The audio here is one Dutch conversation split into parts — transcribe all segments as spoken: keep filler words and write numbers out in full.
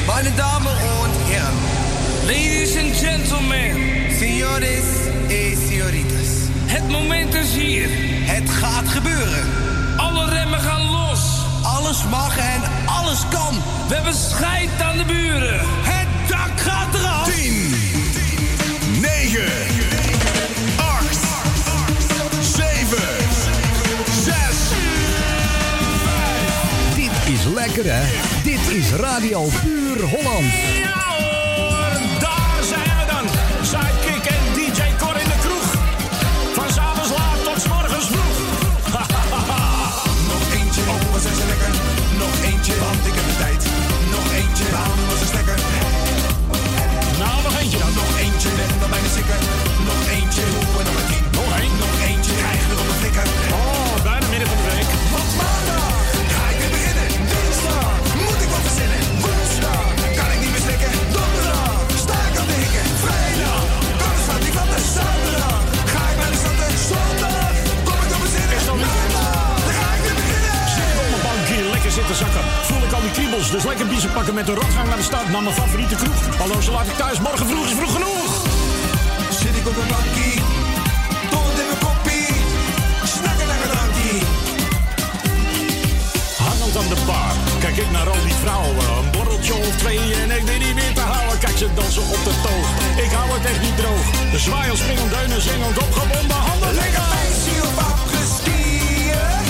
Meine Damen und Herren. Ladies and gentlemen. Signores e signoritas. Het moment is hier. Het gaat gebeuren. Alle remmen gaan los. Alles mag en alles kan. We hebben scheid aan de buren. Het dak gaat eraf. tien, negen, acht, zeven, zes, vijf. Dit is lekker, hè? Dit is Radio Puur Holland. Ja hoor, daar zijn we dan. Sidekick en D J Cor in de kroeg. Van 's avonds laat tot 's morgens vroeg. Nog eentje, oh wat zijn ze lekker. Nog eentje, want ik heb de tijd. Nog eentje, waarom was ze stekker. Nou, nog eentje dan. Nog eentje, ben dan bijna sikker. Nog eentje, hoe en nog een tien. Nog één. Nog eentje, krijg weer op een flikker. Oh, bijna midden van de week. Want maandag ga ik weer beginnen. Dinsdag moet ik wat verzinnen. Woensdag kan ik niet meer slikken. Donderdag sta ik aan de hikken. Vrijdag kan de slaap niet vatten. Zaterdag ga ik naar de stad. Zondag kom ik op mijn zinnen. Maandag dan ga ik weer beginnen. Zit ik op mijn bank hier lekker zitten zakken. Voel ik al die kriebels, dus lekker biezen pakken met de rotgang naar de stad. Naar mijn favoriete kroeg. Hallo, ze laat ik thuis. Morgen vroeg is vroeg genoeg. Zit ik op een bankie, tot in mijn koppie, snakken naar een drankie. Hangend aan de bar, kijk ik naar al die vrouwen. Een borreltje of twee en ik weet niet meer te houden. Kijk ze dansen op de toog, ik hou het echt niet droog. De zwaaiel springend, deunen, zingend, opgewonden handen. Lekker feestje op afgeskiën.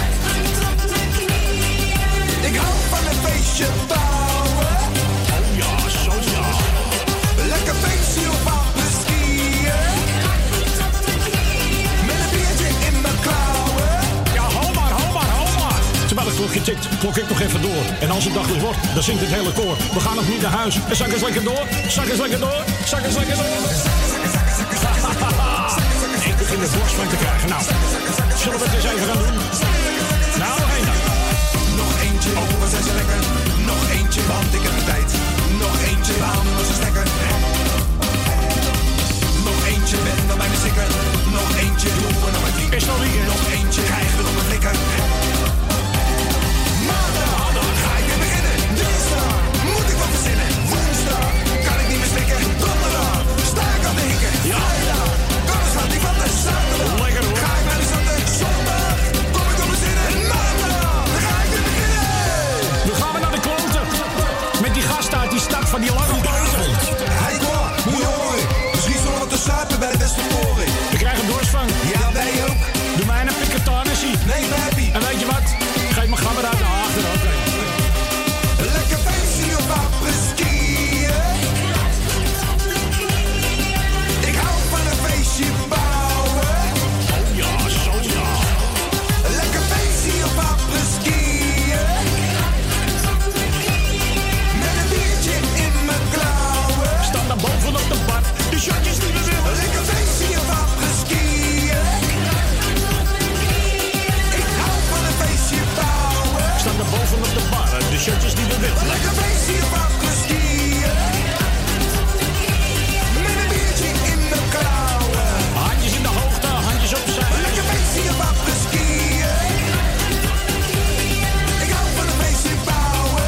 Ik hou van een feestje bouwen. Oh ja, zo ja. Lekker feestje op afgeskiën. Met een biertje in mijn klauwen. Ja, hou maar, hou maar, hou maar. Terwijl het klokje tikt, klok ik nog even door. En als het daglicht wordt, dan zingt het hele koor. We gaan nog niet naar huis. En zak eens lekker door, zak eens lekker door, zak eens lekker door. Ik begin er borst van te krijgen. Nou, zullen we het eens even gaan doen? Nou, nog één dan. Nog eentje, oh wat zijn ze lekker. Nog eentje, want ik heb de tijd. Nog eentje, waarom was ze stekker. Nog eentje, ben dan bijna sikker. Nog eentje, hoe en nog een tien. Is nog niet. Nog eentje, krijg weer op een flikker. Maandag, dan ga ik weer beginnen. Dinsdag moet ik wat verzinnen. Woensdag kan ik niet meer slikken. Donderdag sta ik aan de hikken. Vrijdag kan de slaap niet vatten. Zaterdag Lekker hoor. ga ik naar de stad. Zondag kom ik op mijn zinnen. En maandag dan ga ik weer beginnen. Nu gaan we naar de kloten. Met die gasten uit die stad van die lange boten. Hij kwam, moet je horen. Misschien zullen we wat te zuipen bij de Westertoren. We krijgen dorst van. Ja, wij ook. Doe mij een piketanissie. Nee, baby. En weet je wat? Geef me gabber uit de achter. Oké. Lekker feestje op apres-skiën. Ik hou van een feestje bouwen. Oh ja, zo ja. Lekker feestje op apres-skiën. Met een biertje in mijn klauwen. Staan daar bovenop de bar. De shotjes die we willen. Lekker feestje op apres-skiën. Ik hou van een feestje bouwen. Staan daar bovenop de bar. De shotjes die we willen. Lekker feestje op apres-skiën. Met een biertje in mijn klauwen. Handjes in de hoogte, handjes opzij. Lekker feestje op apres-skiën. Ik hou van een feestje bouwen.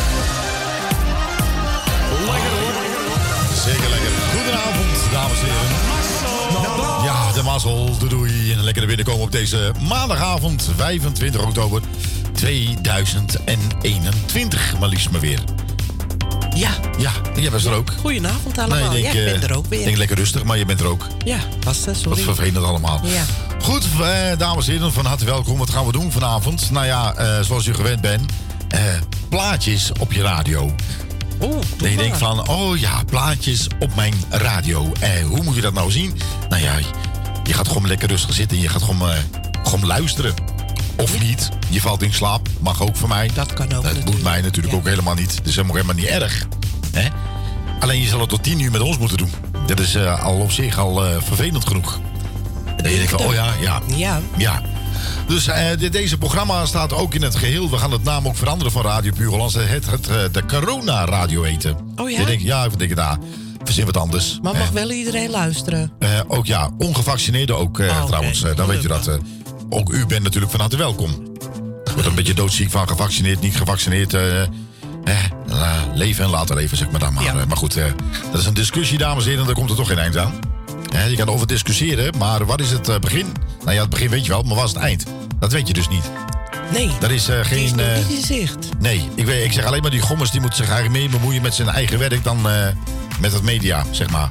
Lekker hoor. Zeker lekker. Goedenavond, dames en heren. Ja, de mazzel, de doei. En lekker naar binnen komen op deze maandagavond, vijfentwintig oktober tweeduizend eenentwintig. Maar liefst maar weer. Ja. Ja, en jij was er ook. Goedenavond allemaal. Nee, ik denk, ja, ik ben eh, er ook weer. Ik denk lekker rustig, maar je bent er ook. Ja, was dat, sorry. Wat vervelend allemaal. Ja. Goed, eh, dames en heren, van harte welkom. Wat gaan we doen vanavond? Nou ja, eh, zoals u gewend bent, eh, plaatjes op je radio. Oeh, Dat je denkt van, oh ja, plaatjes op mijn radio. Eh, hoe moet je dat nou zien? Nou ja, je gaat gewoon lekker rustig zitten en je gaat gewoon, uh, gewoon luisteren. Of niet, je valt in slaap, mag ook voor mij. Dat kan ook. Dat moet mij natuurlijk ja. ook helemaal niet. Dat is helemaal, helemaal niet erg. Hè? Alleen je zal het tot tien uur met ons moeten doen. Dat is uh, al op zich al uh, vervelend genoeg. Dat je denkt van, oh ja, ja. Ja. ja. Dus uh, de, deze programma staat ook in het geheel. We gaan het naam ook veranderen van Radio Puur Holland. Het, het, het de Corona Radio eten. Oh ja? Je denkt, ja, ik denk, nou, verzin wat anders. Maar mag uh, wel iedereen luisteren? Uh, ook ja, ongevaccineerden ook uh, oh, trouwens. Okay. Uh, dan weet je dat. Uh, ook u bent natuurlijk van harte welkom. Wordt een beetje doodziek van gevaccineerd, niet gevaccineerd. Uh, uh, uh, leven en laten leven, zeg maar dan maar. Ja. Uh, maar goed, uh, dat is een discussie, dames en heren. En daar komt er toch geen eind aan. Uh, je kan erover discussiëren, maar wat is het uh, begin? Nou ja, het begin weet je wel, maar wat is het eind? Dat weet je dus niet. Nee, Dat is uh, die is geen... nog Uh, niet in zicht. nee, ik, weet, ik zeg alleen maar die gommers die moeten zich eigenlijk meer bemoeien met zijn eigen werk dan uh, met het media, zeg maar.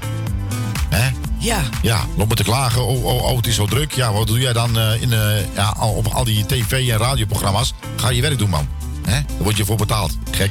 Hè? Ja, Ja, loop maar te klagen. Oh, oh, oh, het is zo druk. Ja, wat doe jij dan uh, in, uh, ja, al- op al die tv- en radioprogramma's? Ga je werk doen, man. Hè? Daar word je voor betaald. Gek.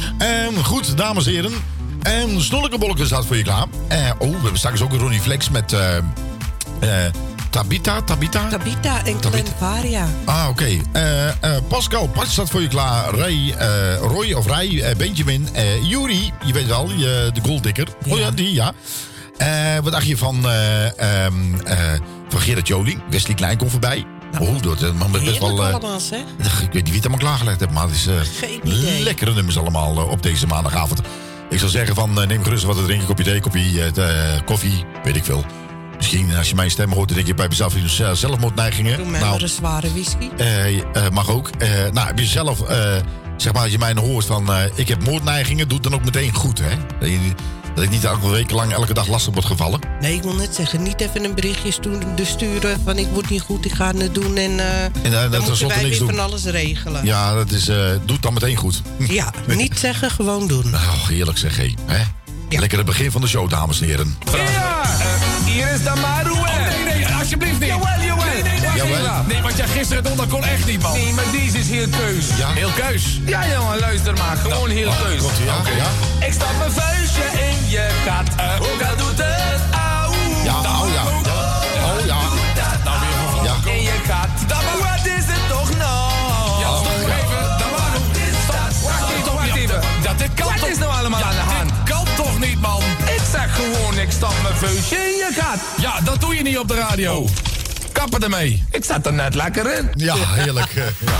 Um, goed, dames en heren. Um, Snollekebolleke staat voor je klaar. Uh, oh, we hebben straks ook een Ronnie Flex met uh, uh, Tabita. Tabita? Tabita en Glenn Tabita. Varia. Ah, oké. Okay. Uh, uh, Pascal, Pat staat voor je klaar. Ray, uh, Roy of Ray, uh, Benjamin. Uh, Yuri, je weet wel, uh, de golddikker. Ja. Oh ja, die, ja. Uh, wat dacht je van, uh, um, uh, van Gerard Joling? Wesley Klein komt voorbij. Nou, oh, dat is best Heerlijk wel... Uh, allemaal, zeg. ik weet niet wie het allemaal klaargelegd heeft, maar het is uh, Geen idee. lekkere nummers allemaal uh, op deze maandagavond. Ik zou zeggen van, uh, neem gerust wat te drinken, kopje thee, kopje uh, koffie, weet ik veel. Misschien als je mijn stem hoort, dan denk je bij jezelf uh, zelfmoordneigingen. Doe mij Nou, maar een zware whisky. uh, uh, mag ook. Uh, nou, heb je zelf, uh, zeg maar, als je mij nou hoort van, uh, ik heb moordneigingen, doe het dan ook meteen goed, hè? Dat, je, dat ik niet elke week lang, elke dag lastig word gevallen. Nee, ik wil net zeggen, niet even een berichtje stu- dus sturen van ik word niet goed, ik ga het doen en, uh, En uh, dan dat moeten wij niks weer doen. van alles regelen. Ja, dat is, uh, doe het dan meteen goed. Ja, niet zeggen, gewoon doen. Nou, heerlijk zeg, hé. Hè? Ja. Lekker het begin van de show, dames en heren. Ja, uh, hier is Damaru. Oh, nee, nee, alsjeblieft niet. Jawel, jawel. Nee, nee, nee. Jawel. Nee, want jij gisteren donderdag kon echt niet, man. Nee, maar deze is heel keus. Ja? Heel keus? Ja, jongen, luister maar. Gewoon heel keus. Komt ie, ja? Oké. Ja? Ik stap mijn vuistje in je gat. Uh, ook al doet het auw. Ja, oh ja. Oh ja. Nou, weer van Ja. in je gat. Wat is het toch nou? Ja, stop even. Damaru. Stop. Wacht even, wacht even. Dat, dit kan Wat toch? Is nou allemaal aan de hand? Dit kan toch niet, man? Ik zeg gewoon, ik stap mijn vuistje in je gat. Ja, dat doe je niet op de radio. Kappen ermee. Ik zat er net lekker in. Ja, heerlijk. uh, ja.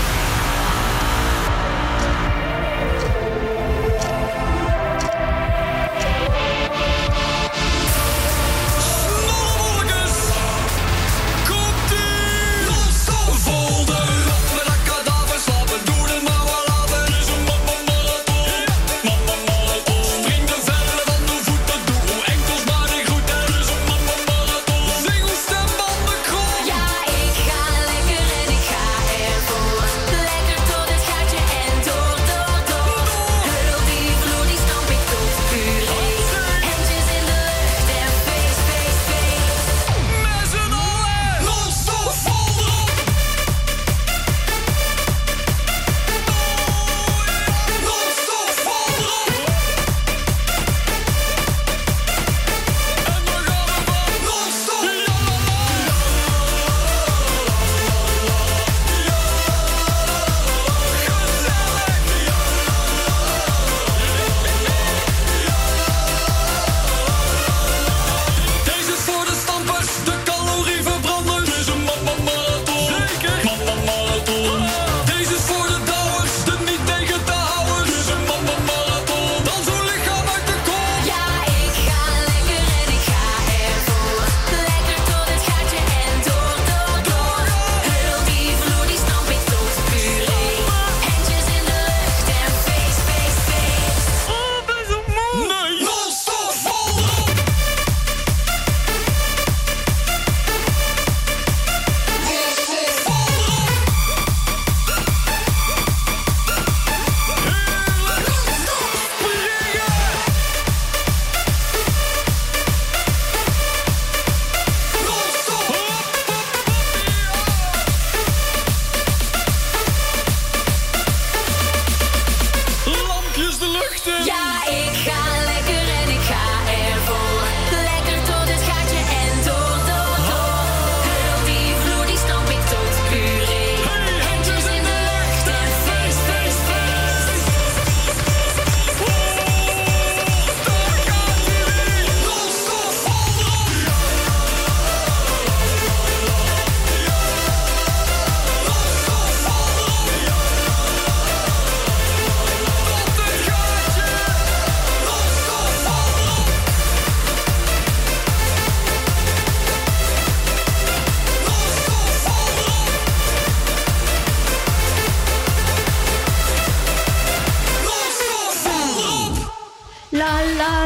Vol de rot met een kadaver slapen. Doe er maar wel af. Het is een marathon. Spring de vellen van de voeten. Doe uw enkels maar niet goed. Het is een marathon. Zing uw stem van de grond. Ja, ik ga lekker en ik ga ervoor.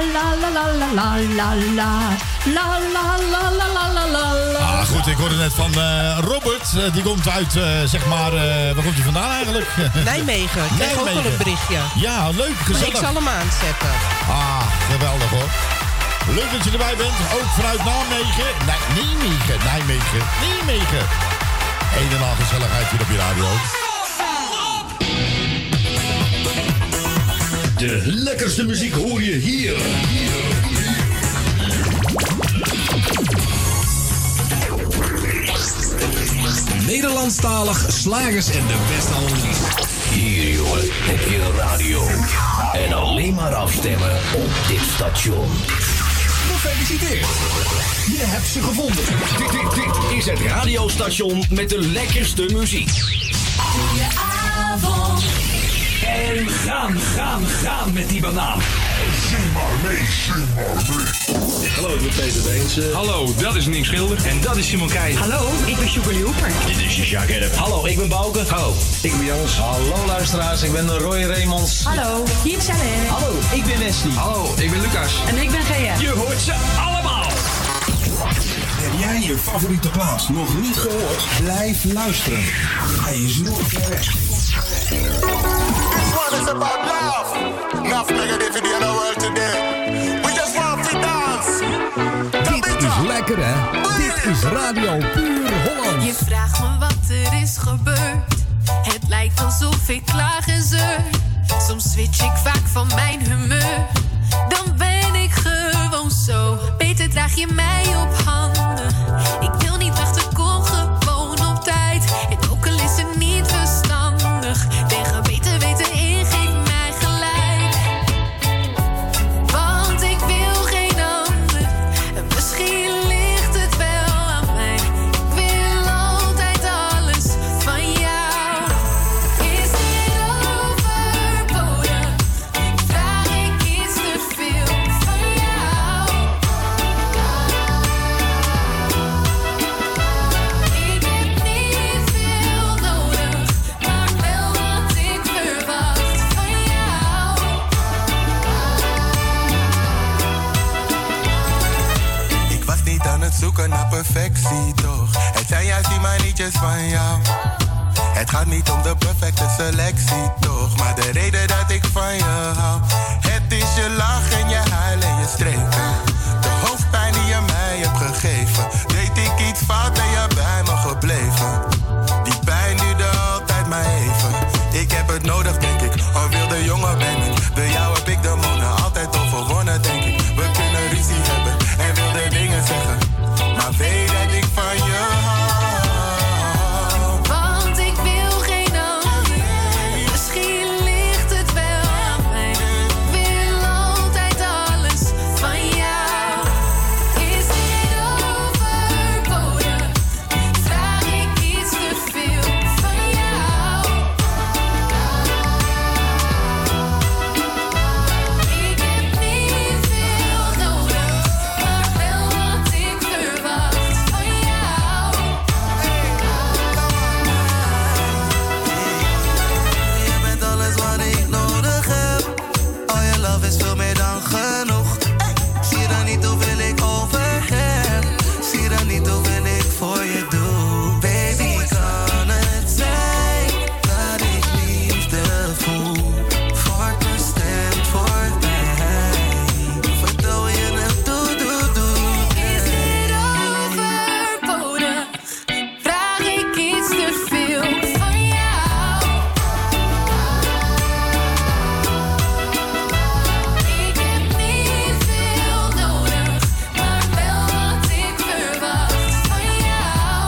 la la la la la la la la la la la la la la. Ah, goed, ik hoorde net van uh, Robert. Uh, die komt uit, uh, zeg maar, uh, waar komt hij vandaan eigenlijk? Nijmegen. Ik kreeg ook al een berichtje. Ja, leuk, gezellig. Ik zal hem aanzetten. Ah, geweldig hoor. Leuk dat je erbij bent. Ook vanuit Nijmegen. Nee, Nijmegen. Nijmegen. Nijmegen. Een en al gezelligheid hier op je radio. De lekkerste muziek hoor je hier. hier. Nederlandstalig, slagers en de beste oldies. Hier, jongen, heb je een radio. En alleen maar afstemmen op dit station. Gefeliciteerd. Je hebt ze gevonden. Dit, dit, dit is het radiostation met de lekkerste muziek. Goedenavond. En gaan, gaan, gaan met die banaan. Zing maar mee, zing maar mee. Hallo, ik ben Peter Beens. Hallo, dat is Nick Schilder. En dat is Simon Keizer. Hallo, ik ben Sugar Hooper. Dit is Jacques Erp. Hallo, ik ben Bouke. Hallo, ik ben Jans. Hallo luisteraars, ik ben Roy Reemans. Hallo, hier is Alain. Hallo, ik ben Wesley. Hallo, ik ben Lucas. En ik ben Gea. Je hoort ze allemaal. Heb jij je favoriete plaats nog niet gehoord? Blijf luisteren. Hij is nooit ver weg. This one is about love. Enough negativity in the world today. We just want to dance. Dit is lekker, hè? Dit is Radio Puur Holland. Je vraagt me wat er is gebeurd. Het lijkt alsof ik klaag en zeur. Soms switch ik vaak van mijn humeur. Dan ben ik gewoon zo. Beter draag je mij op handen. Ik wil niet wachten, kom gewoon op tijd. En ook al is het niet verstandig. Tegen beter weten in, geef mij gelijk. Want ik wil geen ander. En misschien ligt het wel aan mij. Ik wil altijd alles van jou. Is dit overbodig? Vraag ik iets te veel van jou? Ik heb niet veel nodig, maar wel wat ik verwacht van jou. Ik was niet aan het zoeken naar perfectie, toch? Het zijn juist die manietjes van jou. Het gaat niet om de perfecte selectie, toch? Maar de reden dat ik van je hou. Het is je lach en je huil en je streken. De hoofdpijn die je mij hebt gegeven. Deed ik iets fout, ben je bij me gebleven. Die pijn duurde altijd maar even. Ik heb het nodig, denk ik. Een wilde jongen ben ik. Bij jou heb ik de monen altijd overwonnen, denk ik. We kunnen ruzie hebben en wilde dingen zeggen. Maar weet dat ik van je hou. Want ik wil geen ander. Misschien ligt het wel aan mij. Ik wil altijd alles van jou. Is dit overbodig? Vraag ik iets te veel van jou? Ik heb niet veel nodig, maar wel wat ik verwacht van jou. Je bent alles wat ik nodig heb. Al je love is veel meer dan genoeg. Zie dan niet hoeveel ik over heb. Zie dan niet hoeveel ik voor je doe. Baby, kan het zijn dat ik liefde voel? Voor bestemd voor mij. Vertel je het, doe, doe, doe. Is dit overbodig? Vraag ik iets te veel van jou? Ik heb niet veel nodig, maar wel wat ik verwacht van jou.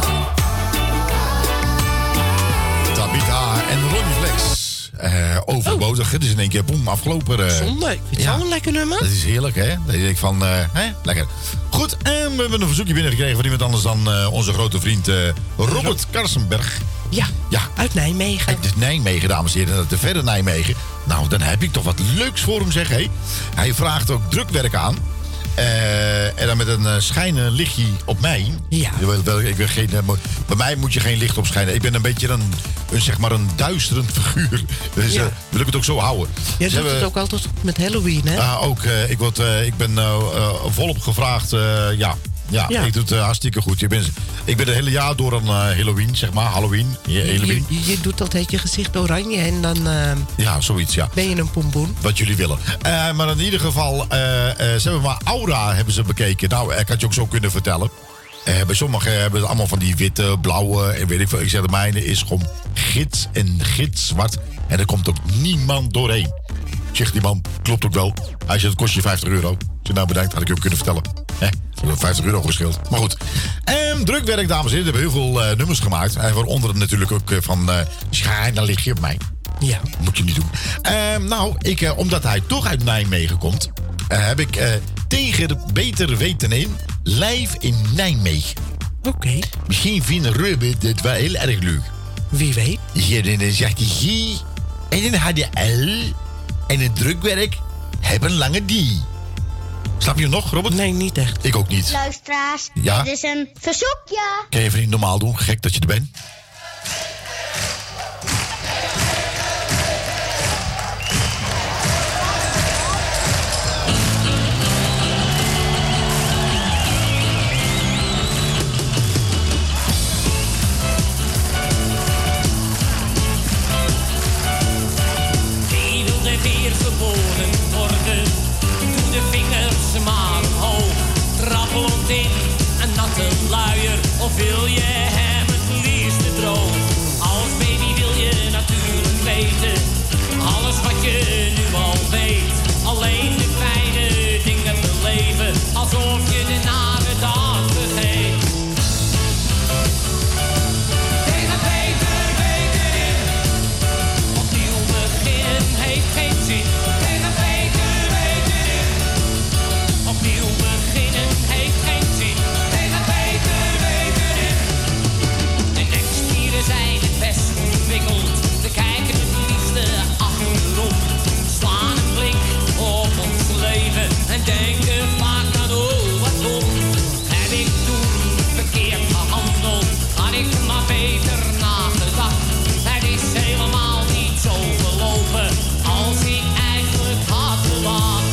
Tabita en Ronnie Flex. Uh, overbodig. Het is in één keer boem afgelopen. Uh, Zonde, ik vind het wel een lekker nummer. Dat is heerlijk, hè? Dat je denkt van, uh, hè? Lekker. Goed, en we hebben een verzoekje binnengekregen van iemand anders dan uh, onze grote vriend uh, Robert Karsenberg. Ja, ja, uit Nijmegen. Uit Nijmegen, dames en heren. Dat de verder Nijmegen. Nou, dan heb ik toch wat leuks voor hem, zeg. Hé. Hij vraagt ook drukwerk aan. Uh, en dan met een uh, schijnen lichtje op mij. Ja. Ik ben geen, uh, bij mij moet je geen licht op schijnen. Ik ben een beetje een, een, zeg maar een duisterend figuur. Dus ja. uh, wil ik het ook zo houden. Je doet hebben, het ook altijd met Halloween, hè? Uh, ook. Uh, ik, word, uh, ik ben uh, uh, volop gevraagd. Uh, ja. Ja, ja, ik doe het uh, hartstikke goed. Ik ben, ik ben het hele jaar door een uh, Halloween, zeg maar. Halloween. Halloween. Je, je doet altijd je gezicht oranje en dan... Uh, ja, zoiets, ja. Ben je een pompoen. Wat jullie willen. Uh, maar in ieder geval, uh, uh, ze hebben maar Aura hebben ze bekeken. Nou, ik had je ook zo kunnen vertellen. Uh, bij sommigen hebben ze allemaal van die witte, blauwe en weet ik veel. Ik zeg, de mijne is gewoon gids en gitzwart. En er komt ook niemand doorheen. Zegt die man, klopt ook wel. Hij zegt, het kost je vijftig euro. Als je nou bedenkt, had ik je ook kunnen vertellen. Hè? vijftig euro geschild. Maar goed. En drukwerk, dames en heren. We hebben heel veel uh, nummers gemaakt. En waaronder natuurlijk ook uh, van... Uh, Schijn, dan lig je op mij. Ja. Moet je niet doen. Uh, nou, ik, uh, omdat hij toch uit Nijmegen komt... Uh, heb ik uh, tegen beter weten in... live in Nijmegen. Oké. Okay. Misschien vinden Ruben dit wel heel erg leuk. Wie weet. Ja, dan zegt hij G. En dan had je L. En het drukwerk hebben een lange D. Snap je hem nog, Robert? Nee, niet echt. Ik ook niet. Luisteraars, ja? dit is een verzoekje. Kan je even niet normaal doen? Gek dat je er bent. Wie wilde weer geboren worden? Doe de vingers maar omhoog. Trappelend in een natte luier. Of wil je hem het liefste droog? Als baby wil je natuurlijk weten. Alles wat je nu al weet. Alleen de fijne dingen beleven. Alsof je de nare dag vergeet. Tegen beter weten in. Opnieuw beginnen heeft geen zin. Tegen beter weten in. Opnieuw beginnen heeft geen zin. Tegen beter weten in. De nekspieren zijn het best ontwikkeld. We kijken het liefste achterom. Slaan een blik op ons leven. En denken vaak aan oh wat dom. Heb ik toen verkeerd gehandeld? Had ik maar beter nagedacht. Het is helemaal niet zo gelopen als ik eigenlijk had verwacht.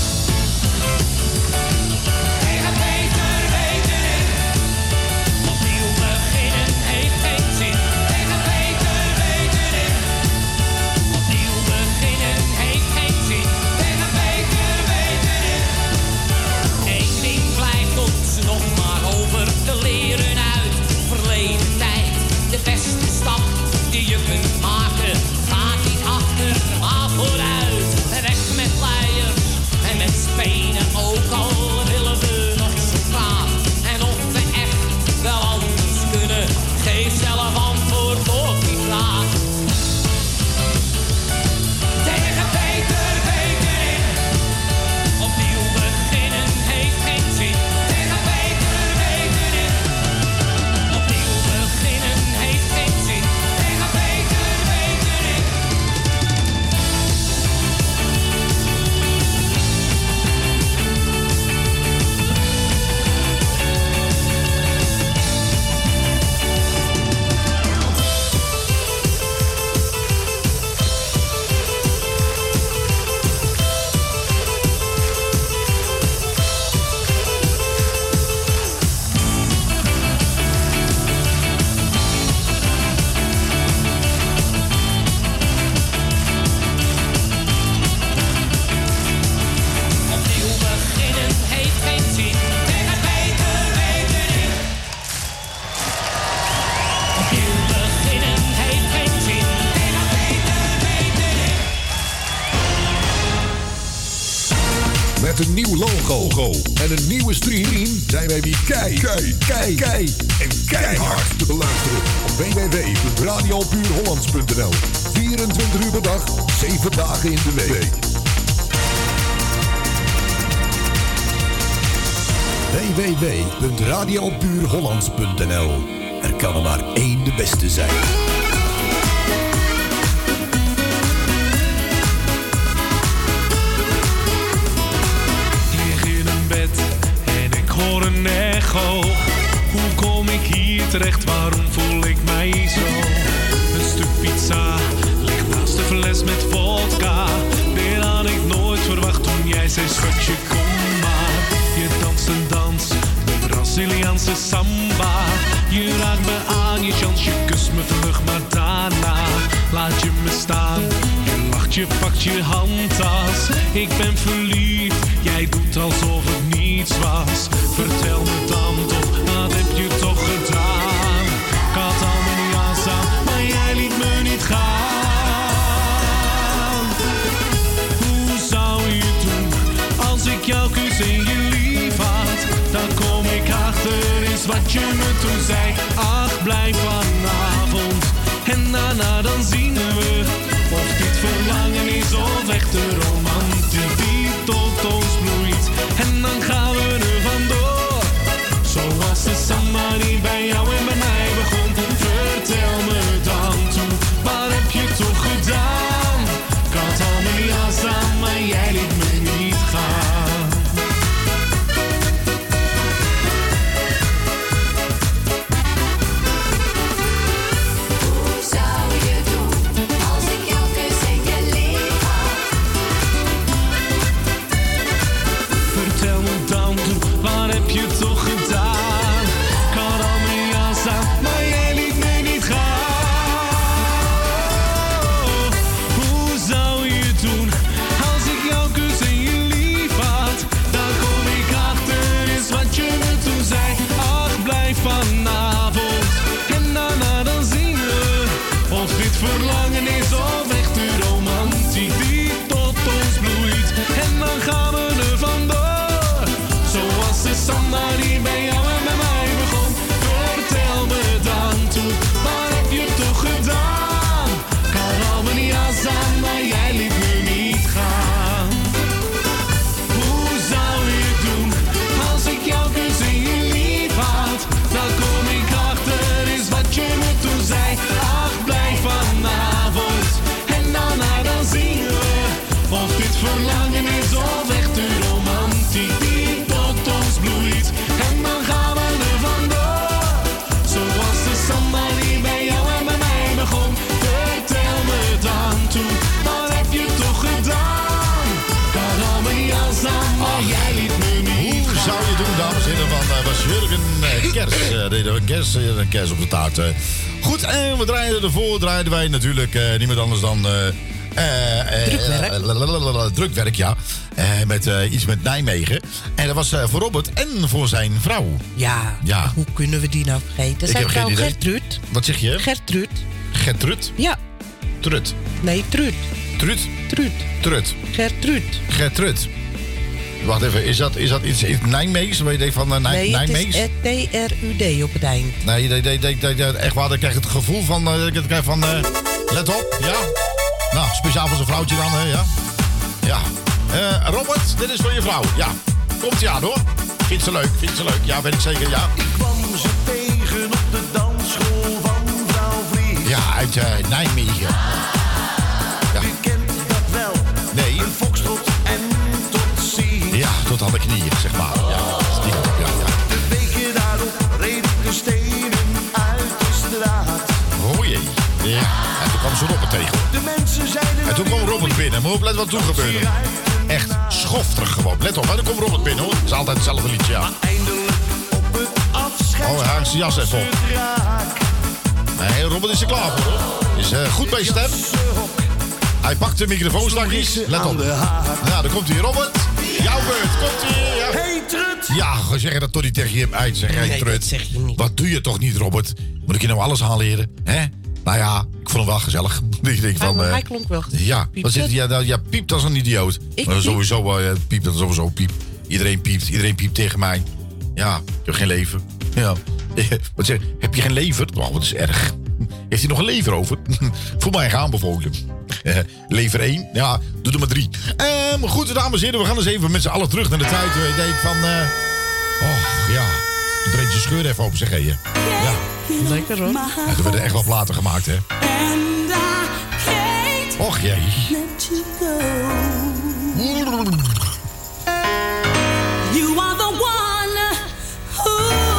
Tegen beter weten in. Opnieuw beginnen heeft geen zin. Tegen beter weten in. Opnieuw beginnen heeft geen zin. Tegen beter weten in. Eén ding blijft ons nog maar over te leren uit verleden tijd. De beste stap die je kunt maken gaat niet achter, maar vooruit. Weg met luiers en met spenen, ook al willen we nog zo graag. En of we echt wel anders kunnen, geef zelf antwoord op die vraag. Tegen beter weten in. Opnieuw beginnen heeft geen zin. Tegen beter weten in. Opnieuw beginnen heeft geen zin. Tegen beter weten in. Opnieuw beginnen heeft geen zin. Tegen beter weten in. Opnieuw beginnen heeft geen zin. Tegen beter weten in. Met een nieuw logo en een nieuwe stream zijn wij weer kei, kei, kei, kei en keihard te beluisteren op w w w punt radio puur hollands punt n l. vierentwintig uur per dag, zeven dagen in de week. w w w punt radio puur hollands punt n l. Er kan er maar één de beste zijn. Lig in een bed logo. Hoe kom ik hier terecht, waarom voel ik mij zo? Een stuk pizza ligt naast de fles met vodka. Dit had ik nooit verwacht toen jij zei schatje kom maar. Je danst een dans, de Braziliaanse samba. Je raakt me aan, je chance, je kust me vlug, maar daarna laat je me staan. Je lacht, je pakt je handtas. Ik ben verliefd, jij doet alsof het niets was. Vertel me dan toch, wat heb je toch gedaan? Ik had al mijn jas aan, maar jij liet me niet gaan. Hoe zou je doen, als ik jou kus en je lief had? Dan kom ik achter, is wat je me toen zei. Ach, blijf vanavond, en daarna dan zien we of dit verlangen is of echte romantiek die tot ons bloeit. En dan gaan we er vandoor, zoals de samba die bij jou en bij mij begon. Vertel me dan toe, wat heb je toch gedaan? Ik had al mijn jas aan, maar jij liet me niet gaan. Hoe zou je doen, als ik jou kus en je lief had? Vertel me dan toe, wat heb je toch gedaan? Ik had al mijn jas aan, maar jij liet me niet gaan. Hoe zou je doen, als ik jou kus en je lief had? Dan kom ik achter, is wat je me toen zei. Ach, blijf vanavond, en daarna dan zien we of dit verlangen is of echte romantiek die tot ons bloeit. En dan gaan we er vandoor, zoals de samba die bij jou en bij mij begon. Vertel me dan toe, wat heb je toch gedaan? Ik had al mijn jas aan, maar jij liet me niet gaan. Hoe zou je doen, als ik jou kus en je lief had? Dan kom ik achter, is wat je me toen zei. Ach, blijf vanavond, en daarna dan zien we of dit verlangen is of echte romantiek die tot ons bloeit. En dan gaan we er vandoor, zoals de samba die bij jou en bij mij begon. Vertel me dan toe, wat heb je toch gedaan? Ik had al mijn jas aan, maar jij liet me niet Hoe gaan. zou je doen, dames en heren, van uh, was heerlijk een uh, kers. Uh, deden we een kers, uh, een kers op de taart. Uh. Goed, en we draaiden ervoor, draaiden wij natuurlijk uh, niemand anders dan... Uh, uh, uh, Drukwerk. uh, lalalala, drukwerk, ja. Uh, met uh, iets met Nijmegen. En dat was uh, voor Robert en voor zijn vrouw. Ja, Ja. hoe kunnen we die nou vergeten? Ik Zijn heb geen vrouw idee. Gertrud. Wat zeg je? Gertrud. Gertrud? Ja. Trut. Nee, Trud. Trut? Trud. Trut. Gertrud. Gertrud. Wacht even, is dat, is dat iets, iets Nijmeegs? Waar je denkt van uh, Nij, Nee, het Nijmeegs? is T R U D op het eind. Nee, nee, nee, nee, nee, nee, echt waar, dan krijg je het gevoel van, uh, dat ik krijg van, uh, let op, ja. Nou, speciaal voor zijn vrouwtje dan, hè, ja. Ja. Uh, Robert, dit is voor je vrouw, ja. Komt ja hoor. Vindt ze leuk, vindt ze leuk, ja, weet ik zeker, ja. Ik kwam ze tegen op de dansschool van vrouw Vries. Ja, uit uh, Nijmegen. Ja. U kent dat wel. Nee. Een foxtrot en tot ziens. Ja, tot aan de knieën, zeg maar. Ja, stiekem, ja, ja. De weken daarop reed ik de stenen uit de straat. Oh jee. Ja. En toen kwam ze Robert tegen. De mensen zeiden... En toen kwam Robert binnen. Maar oplet wat toen gebeurde. Echt schofterig gewoon. Let op, hè. Dan komt Robert binnen, hoor. Het is altijd hetzelfde liedje, ja. Eindelijk op het afscheid. Oh, hij hangt zijn jas even op. Nee, Robert is er klaar voor, hoor. Is uh, goed bij je stem. Hij pakt de microfoon straks. Let op. Ja, dan komt hij. Robert, jouw beurt. Komt hij. Ja. Hey, Trut. Ja, zeg je dat toch niet tegen je uit. Zeg, hey, Nee, Trut. dat zeg je niet. Wat doe je toch niet, Robert? Moet ik je nou alles aanleren? Hè? Nou ja, ik vond hem wel gezellig. Ik denk van, Hij, uh, hij klonk wel. ja, Piept wat zit, het? ja, nou, ja, piept als een idioot. Ik Maar piep? sowieso, uh, piept dat sowieso, piep. Iedereen piept, iedereen piept tegen mij. Ja, ik heb geen lever. Ja. Wat zeg, heb je geen lever? Oh, wat is erg. Heeft hij nog een lever over? Voor mij gaan bijvoorbeeld. Uh, lever één, ja, doe er maar drie. Um, goed, dames en heren, we gaan eens even met z'n allen terug naar de tijd. Ik denk van, uh, oh ja, je breekt je scheur even open, zeg hé. Ja. Lekker hoor. Ja, er werden echt wel platen gemaakt, hè. Och jee. You are the one who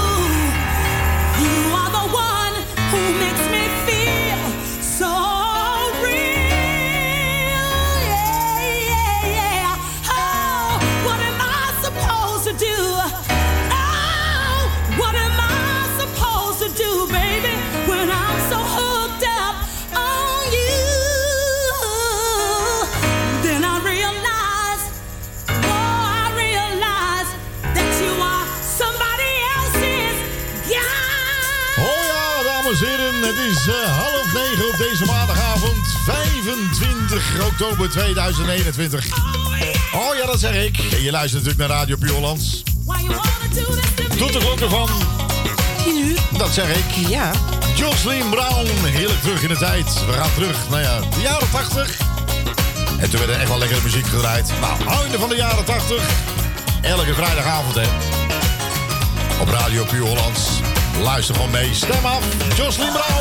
vijfentwintig oktober tweeduizend eenentwintig. Oh ja, dat zeg ik. En je luistert natuurlijk naar Radio Puur Hollands. Tot de klokken van... Dat zeg ik. Ja. Jocelyn Brown, heerlijk terug in de tijd. We gaan terug naar ja, de jaren tachtig. En toen werd er echt wel lekkere muziek gedraaid. Nou, einde van de jaren tachtig. Elke vrijdagavond, hè. Op Radio Puur Hollands. Luister gewoon mee. Stem af. Jocelyn Brown.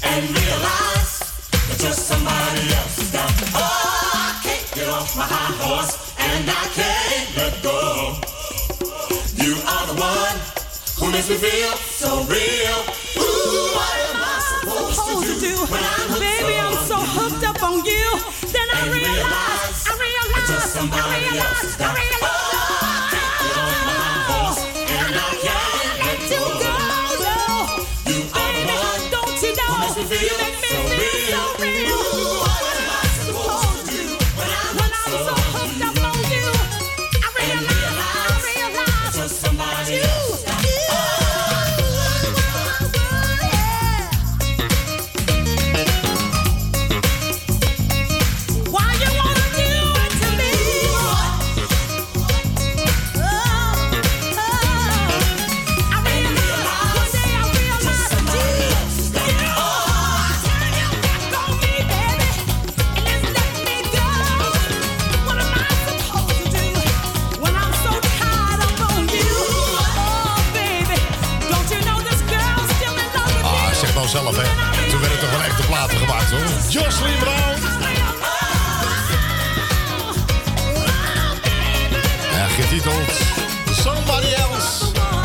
and realize that you're somebody else's guy. Oh, I can't get off my high horse and I can't let go. You are the one who makes me feel so real. Ooh, what am I supposed to do when I'm hooked Baby, I'm so hooked up on you. Then I and realize, I realize, just somebody I else's realize, I guy. realize. And I can't let you go. You are the one. Don't you know? Who makes me feel You make me so feel real. so real. Ooh, what am I supposed to do when I'm When I'm so hooked up on you, I realize, I realize, just somebody you. else's guy. Why you wanna do it to me? Oh, oh. I realize, one day I realize that you, you turn your back on me, baby, and just let me go. What am I supposed to do when I'm so tied up on you? Oh, baby, don't you know this girl's still in love with Ah, you? zeg nou zelf, hè. Toen werden toch wel echte platen gemaakt, hoor. Jocelyn Brown. Ja, getiteld Somebody Else.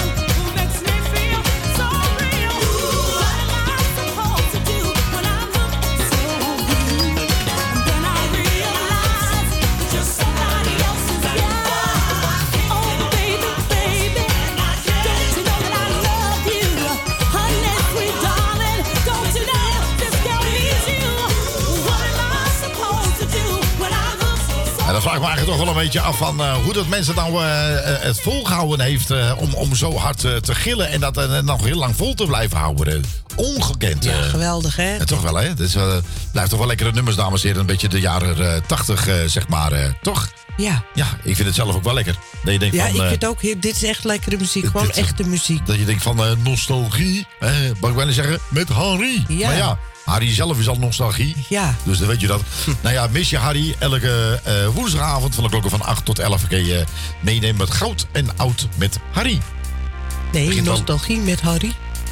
En dan vraag ik me eigenlijk toch wel een beetje af van uh, hoe dat mensen nou uh, het volgehouden heeft uh, om, om zo hard uh, te gillen en dat uh, nog heel lang vol te blijven houden. Ongekend. Uh, Ja, geweldig, hè? Ja, toch wel, hè? Het is, uh, blijft toch wel lekkere nummers, dames en heren. Een beetje de jaren uh, tachtig, uh, zeg maar. Uh, toch? Ja. Ja, ik vind het zelf ook wel lekker. Dat je denkt Ja, van, ik uh, vind ook, heel- dit is echt lekkere muziek. Gewoon dit- echte muziek. dat je denkt van uh, nostalgie. Uh, mag ik bijna zeggen, met Harry. Ja. Maar ja, Harry zelf is al nostalgie. Ja. Dus dan weet je dat. Nou ja, mis je Harry. Elke uh, woensdagavond van de klokken van acht tot elf kun je meenemen met goud en oud met Harry. Nee, Begint al- nostalgie met Harry.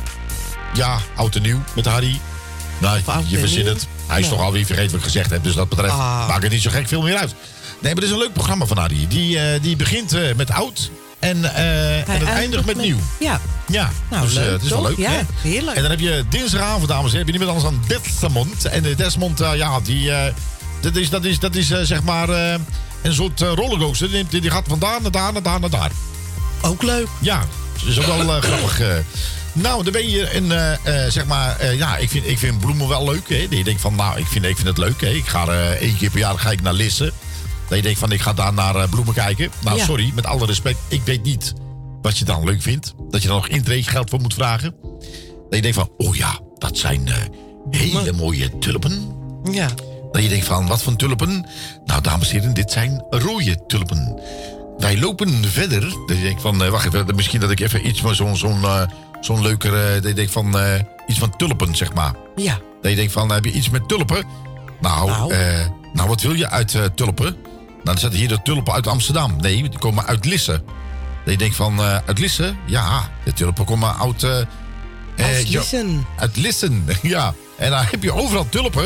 Ja, oud en nieuw met Harry. Nou, oud je en verzint nieuw. het. Hij is Ja. toch alweer vergeten wat ik gezegd heb. Dus dat betreft Ah. maakt het niet zo gek veel meer uit. Nee, maar het is een leuk programma van Harry. Die, uh, die begint uh, met oud en, uh, en het eindigt met, nieuw. Ja. Ja, Nou, dus uh, leuk, het is wel toch? leuk. Ja, hè? heerlijk. En dan heb je dinsdagavond, dames en heren, heb je niemand anders dan Desmond. En uh, Desmond, uh, ja, die, uh, dat is, dat is, dat is uh, zeg maar uh, een soort uh, rollercoaster. Die, die, die gaat van daar naar daar naar daar naar daar. Ook leuk. Ja, dat is ook wel uh, grappig. Uh. Nou, dan ben je een, uh, uh, zeg maar, uh, ja, ik vind, ik vind bloemen wel leuk. Hè? Dat je denkt van, nou, ik vind, ik vind het leuk. Hè? Ik ga uh, één keer per jaar ga ik naar Lisse. Dat je denkt van, ik ga daar naar uh, bloemen kijken. Nou, Ja. sorry, met alle respect, ik weet niet wat je dan leuk vindt. Dat je dan nog intreegeld voor moet vragen. Dat je denkt van, oh ja, dat zijn uh, hele mooie tulpen. Ja. Dat je denkt van, wat voor tulpen? Nou, dames en heren, dit zijn rode tulpen. Wij lopen verder. Dat je denkt van, uh, wacht even, misschien dat ik even iets van zo'n zo'n uh, zo'n leuker, uh, dat je denkt van, uh, iets van tulpen, zeg maar. Ja. Dat je denkt van, heb je iets met tulpen? Nou, Nou. uh, nou wat wil je uit uh, tulpen? Nou, dan zetten hier de tulpen uit Amsterdam. Nee, die komen uit Lisse. Dat je denkt van, uh, uit Lisse? Ja, de tulpen komen uit... Uh, uh, Uit ja, Lissen. uit Lissen, ja. En dan heb je overal tulpen.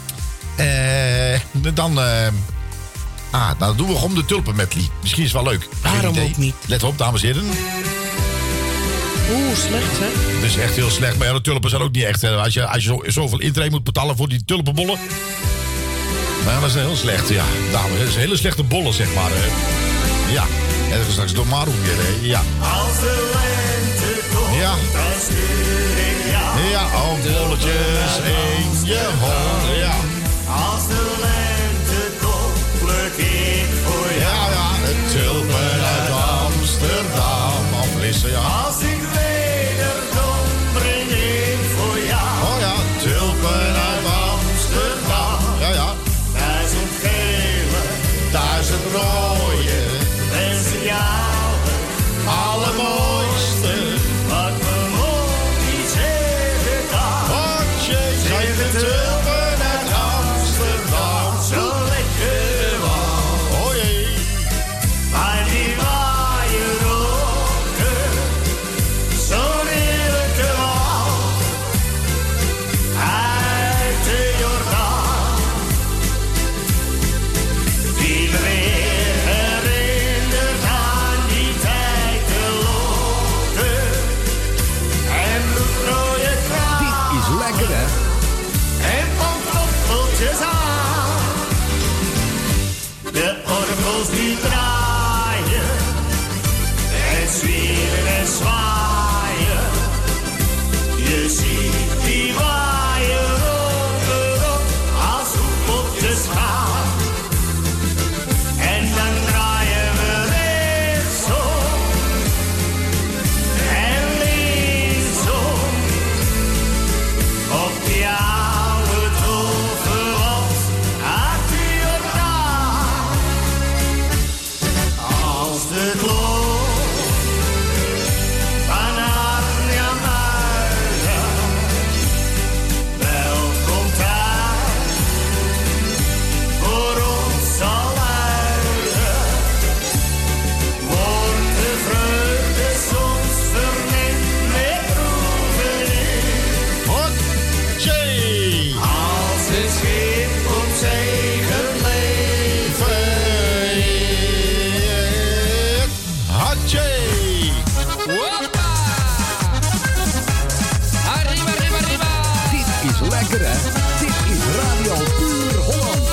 Eh, dan... eh, ah, nou dan doen we gewoon de tulpen medley. Misschien is het wel leuk. Geen Waarom idee. ook niet? Let op, dames en heren. Oeh, slecht, hè? Het is echt heel slecht. Maar ja, de tulpen zijn ook niet echt... Hè. Als je, als je zo, zoveel intree moet betalen voor die tulpenbollen... Nou, dat is heel slecht, ja. Dames, dat is een hele slechte bollen, zeg maar. Hè. Ja. En dat is straks door Maroen weer, hè. Ja. Als de lente komt, Ja. dan stuur ik jou. Ja, oh, bolletjes in je hol. Ja. Als de lente komt, pluk ik voor jou. Ja, ja, het tulpen uit Amsterdam. Of Lisse, ja. Als ik wederkom, breng ik voor jou. Oh ja, tulpen uit Amsterdam. Ja, ja. Duizend gele, Duizend rode, wens ik jou het allermooiste. wat me mond niet zeggen kan. Wat je geeft de tulpen uit Amsterdam. Zo lekker warm. Oh jee. Maar die waaien roken, zo'n heerlijke wal. Hij en pantoffels aan. De orgels die draaien en zwieren en zwaaien. Je ziet die waaien overop als hoepeltjes gaan. En dan draaien we rechtsom en linksom op die oude toverwals uit de Jordaan. Als de klok van Arnhem-Muiden wel komt uit voor ons zal luiden, wordt de vreugde soms vermengd met droefenis. Hotje! Als het schip op zee gebleven is. Hatje! Hoppa! Arriba, arriba, arriba! Dit is lekker, hè? Dit is Radio Puur Holland.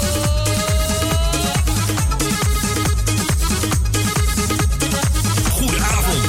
Goedenavond.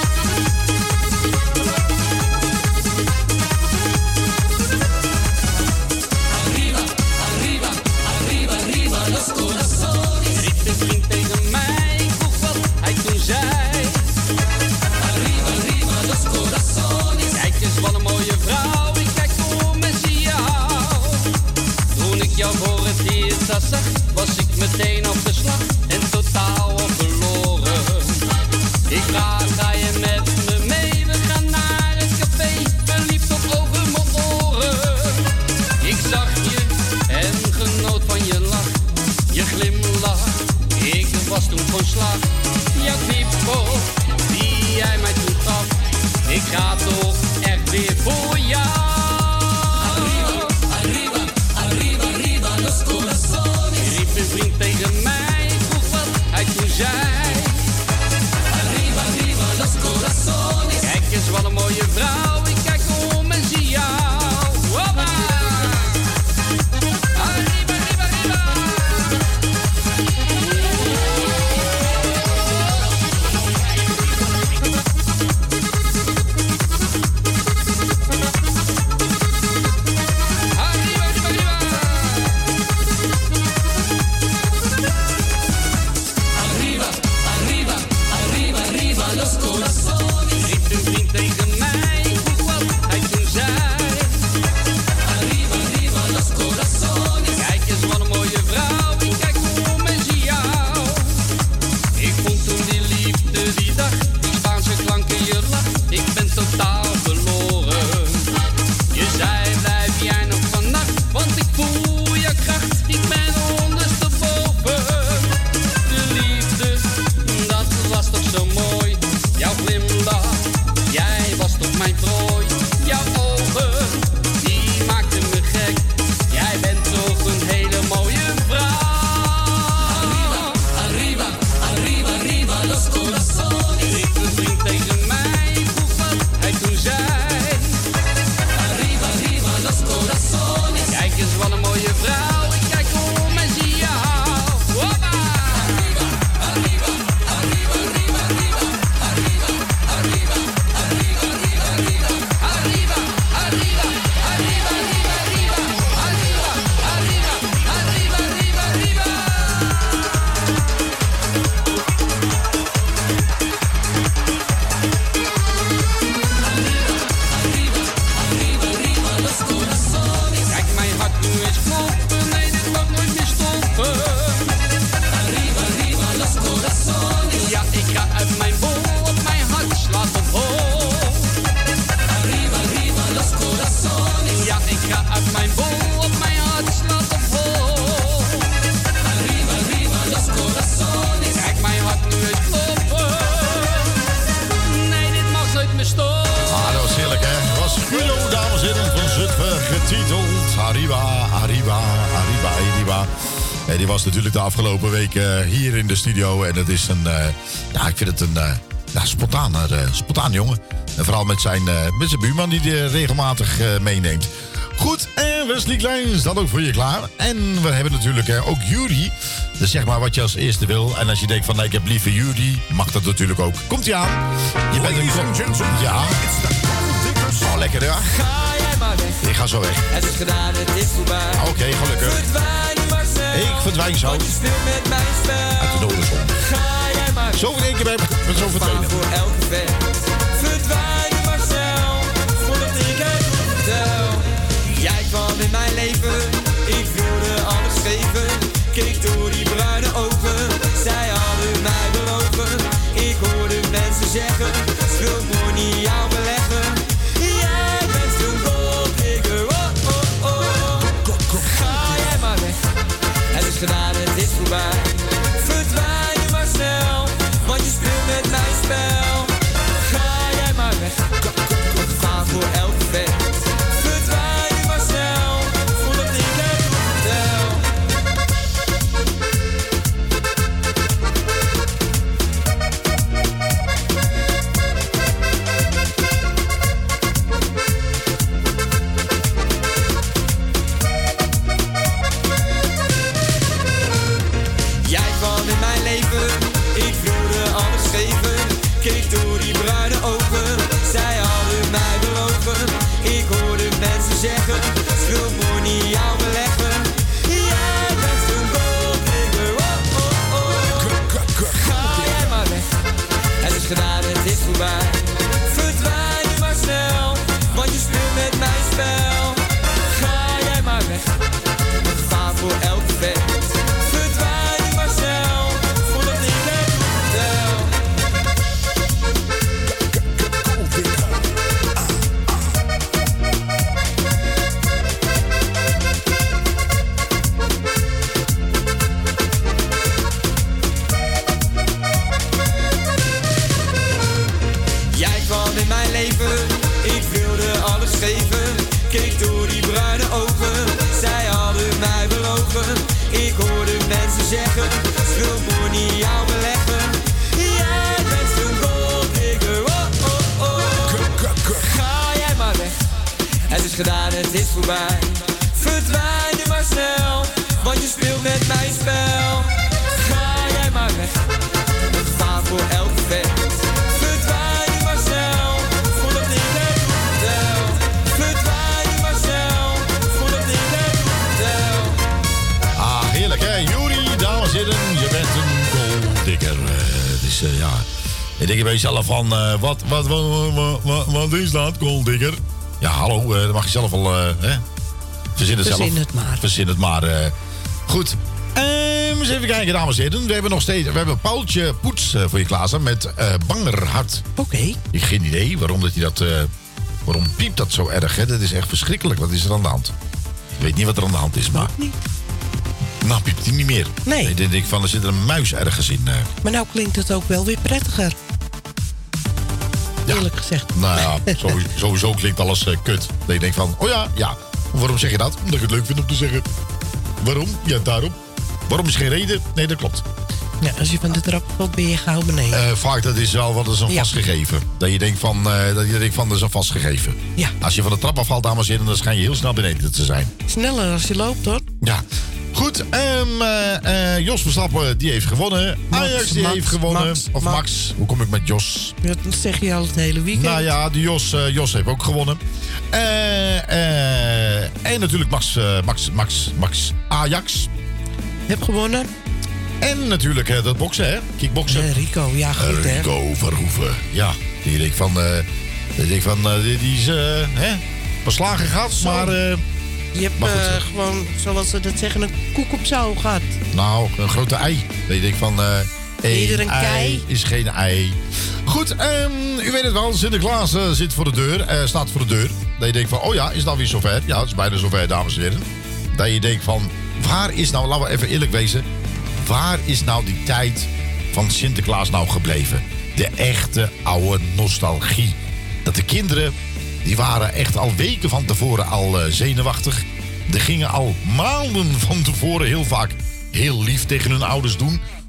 Arriba, arriba, arriba, arriba, los corazones. Riep de vriend tegen mij, ik vroeg wat hij toen zei. Arriba, arriba, los corazones. Kijk eens wat een mooie vrouw, ik kijk om en zie jou. Toen ik jou voor het eerst zag, was ik meteen op de slag en totaal op verloren. Ik vraag, ga je met me mee? We gaan naar het café, verliefd tot over mijn oren. Ik zag je en genoot van je lach, je glimlach. Ik was toen van slag. Jouw knipoog die jij mij toen gaf, ik ga toch echt weer voor jou. Arriba, arriba, arriba, arriba, los corazones. Riep een vriend tegen mij, ik vroeg wat hij toen zei. Arriba, arriba, los corazones. Kijk eens wat een mooie vrouw, ik kijk om en zie jou. Hoppa! Arriba, arriba, arriba. Arriba, arriba, arriba. Arriba, arriba, arriba, arriba, los corazones. Riep een vriend tegen mij, ik vroeg wat hij toen zei. Arriba, arriba, los corazones. Kijk eens wat een mooie vrouw, ik kijk om en zie jou. Ik vond toen die liefde die dag, die Spaanse klanken je lach, ik ben totaal verloren. Je zei, blijf jij nog vannacht, want ik voel je kracht, ik ben ondersteboven. De liefde, dat was toch zo mooi, jouw glimlach, jij was toch mijn prooi. Jouw ogen, die maakten me gek, jij bent toch een hele mooie vrouw. Arriba, arriba, arriba, arriba, los corazones. Riep een vriend tegen mij, ik vroeg wat hij toen zei. Arriba, arriba, los corazones. Kijk eens wat een mooie vrouw, ik kijk om en zie jou. Hoppa! Arriba, arriba, arriba, arriba, arriba, arriba, arriba, arriba, arriba, arriba, arriba, arriba, arriba, arriba, arriba, arriba, arriba, arriba, arriba, arriba. Arriba, arriba, arriba, los corazones. Kijk mijn hart nu eens kloppen, nee dit mag nooit meer stoppen. Arriba, arriba, los corazones. Ja, ik ga uit mijn bol, op mijn hart slaat op hol. Arriba, arriba, los corazones. Ja, ik ga uit mijn bol, op mijn hart slaat op hol. Arriba, arriba, los corazones. Kijk mijn hart nu eens kloppen. Nee, dit mag nooit meer stoppen. Ah, dat was heerlijk, hè? Dat was Guido, dames en heren, van Zutphen, getiteld Arriba, Arriba, Arriba, Arriba. En die was natuurlijk de afgelopen weken hier in de studio. En het is een, uh, ja, ik vind het een uh, ja, spontaan, uh, spontaan jongen. En vooral met zijn, uh, met zijn buurman die hij regelmatig uh, meeneemt. Goed, en Wesley Klein staat ook voor je klaar. En we hebben natuurlijk eh, ook Jury. Dus zeg maar wat je als eerste wil. En als je denkt van nee, ik heb liever Jury, mag dat natuurlijk ook. Komt ie aan. Je bent een kop. Ja. Oh, lekker ja. Ga jij maar weg. Ik ga zo weg. Het is gedaan, het is voorbij. Oké, okay, gelukkig. Verdwijn Marcel. Ik verdwijn zo. Want je speelt met mijn spel. Uit de noorderzon. Ga jij maar weg. Zo in één keer bij me. Zo verdwenen. Voor elke vent. Verdwijn Marcel. Voordat ik het vertel. Jij kwam in mijn leven. Ik wilde alles geven. Keek door die bruine ogen. Zij hadden mij beloven. Ik hoorde mensen zeggen. Schuld money jou beleggen. Jij bent zo'n golddigger. Oh, oh, oh. Ga jij maar weg. Het is gedaan, het is voorbij. Verdwijn maar snel. Want je speelt met mijn spel. Ga jij maar weg. Ga voor elke vent. Verdwijn maar snel. Voordat ik het vertel. Jij kwam in mijn leven, ik wilde alles geven. Keek door die bruine ogen, zij hadden mij beloven. Ik hoorde mensen zeggen, schuld money jou beleggen. Jij bent zo'n golddigger, oh oh oh. Ga jij maar weg, het is gedaan, het is voorbij. Verdwijn maar snel, want je speelt met mijn spel. Ga jij maar weg, ga voor elke vent. Verdwijn maar snel, voordat ik het vertel. Jij kwam in mijn leven, ik wilde alles geven. Keek door die bruine ogen, zij hadden mij belogen. Ik hoorde mensen zeggen, schuld money jou beleggen. Jij bent zo'n golddigger, oh oh oh. Ga jij maar weg, het is gedaan, het is voorbij. Verdwijn nu maar snel, want je speelt met mijn spel. Ga jij maar weg, ga voor elke vent. Verdwijn nu maar snel, voordat ik het vertel. Verdwijn nu maar snel, voordat ik het vertel. Ah, heerlijk hè. Jury, dames en heren, je bent een golddigger. Uh, dus uh, ja, ik denk bij jezelf van, uh, wat, wat, wat, wat, wat, wat is dat, golddigger? Ja, hallo, uh, dat mag je zelf al, uh, hè? Verzin het zelf. Verzin het maar. Verzin het maar. Uh. Goed. Um, eens even kijken, dames en heren. We hebben nog steeds, we hebben Paultje Poets uh, voor je klaarstaan met uh, Bangerhart. Oké. Okay. Ik heb geen idee waarom dat hij dat, uh, waarom piept dat zo erg, hè? Dat is echt verschrikkelijk. Wat is er aan de hand? Ik weet niet wat er aan de hand is, maar... Ook niet. Nou, piept hij niet meer. Nee. Ik denk van, er zit er een muis ergens in. Uh. Maar nou klinkt het ook wel weer prettiger. Ja. Eerlijk gezegd. Nou ja, sowieso, sowieso klinkt alles uh, kut. Dat je denkt van, oh ja, ja. Waarom zeg je dat? Omdat ik het leuk vind om te zeggen. Waarom? Ja, daarom. Waarom is geen reden? Nee, dat klopt. Ja, als je van de trap valt, ben je gauw beneden. Uh, vaak dat is wel wat is een ja. vastgegeven. Dat je denkt van, uh, dat je denkt van, dat is een vastgegeven. Ja. Als je van de trap afvalt, dames en heren, dan schijn je heel snel beneden te zijn. Sneller als je loopt, hoor. Ja. Goed, um, uh, uh, Jos Verstappen, die heeft gewonnen. Max, Ajax, die Max, heeft gewonnen. Max, of Max. Max. Hoe kom ik met Jos? Dat zeg je al het hele weekend. Nou ja, die Jos, uh, Jos heeft ook gewonnen. Uh, uh, en natuurlijk Max, uh, Max, Max, Max Ajax. Heb gewonnen. En natuurlijk uh, dat boksen, hè? Kickboksen. Uh, Rico, ja goed, uh, hè? Rico Verhoeven. Ja, die denk van, uh, die, denk van uh, die, die is, uh, hè? Beslagen gehad, Zo. maar... Uh, Je hebt maar goed, uh, gewoon, zoals ze dat zeggen, een koek op touw gehad. Nou, een grote ei. Dat je denkt van... Uh, Ieder een ei kei. is geen ei. Goed, um, u weet het wel. Sinterklaas uh, zit voor de deur. Uh, staat voor de deur. Dat je denkt van, oh ja, is dat weer zover? Ja, het is bijna zover, dames en heren. Dat je denkt van, waar is nou, laten we even eerlijk wezen. Waar is nou die tijd van Sinterklaas nou gebleven? De echte oude nostalgie. Dat de kinderen, die waren echt al weken van tevoren al uh, zenuwachtig. Die gingen al maanden van tevoren heel vaak heel lief tegen hun ouders doen.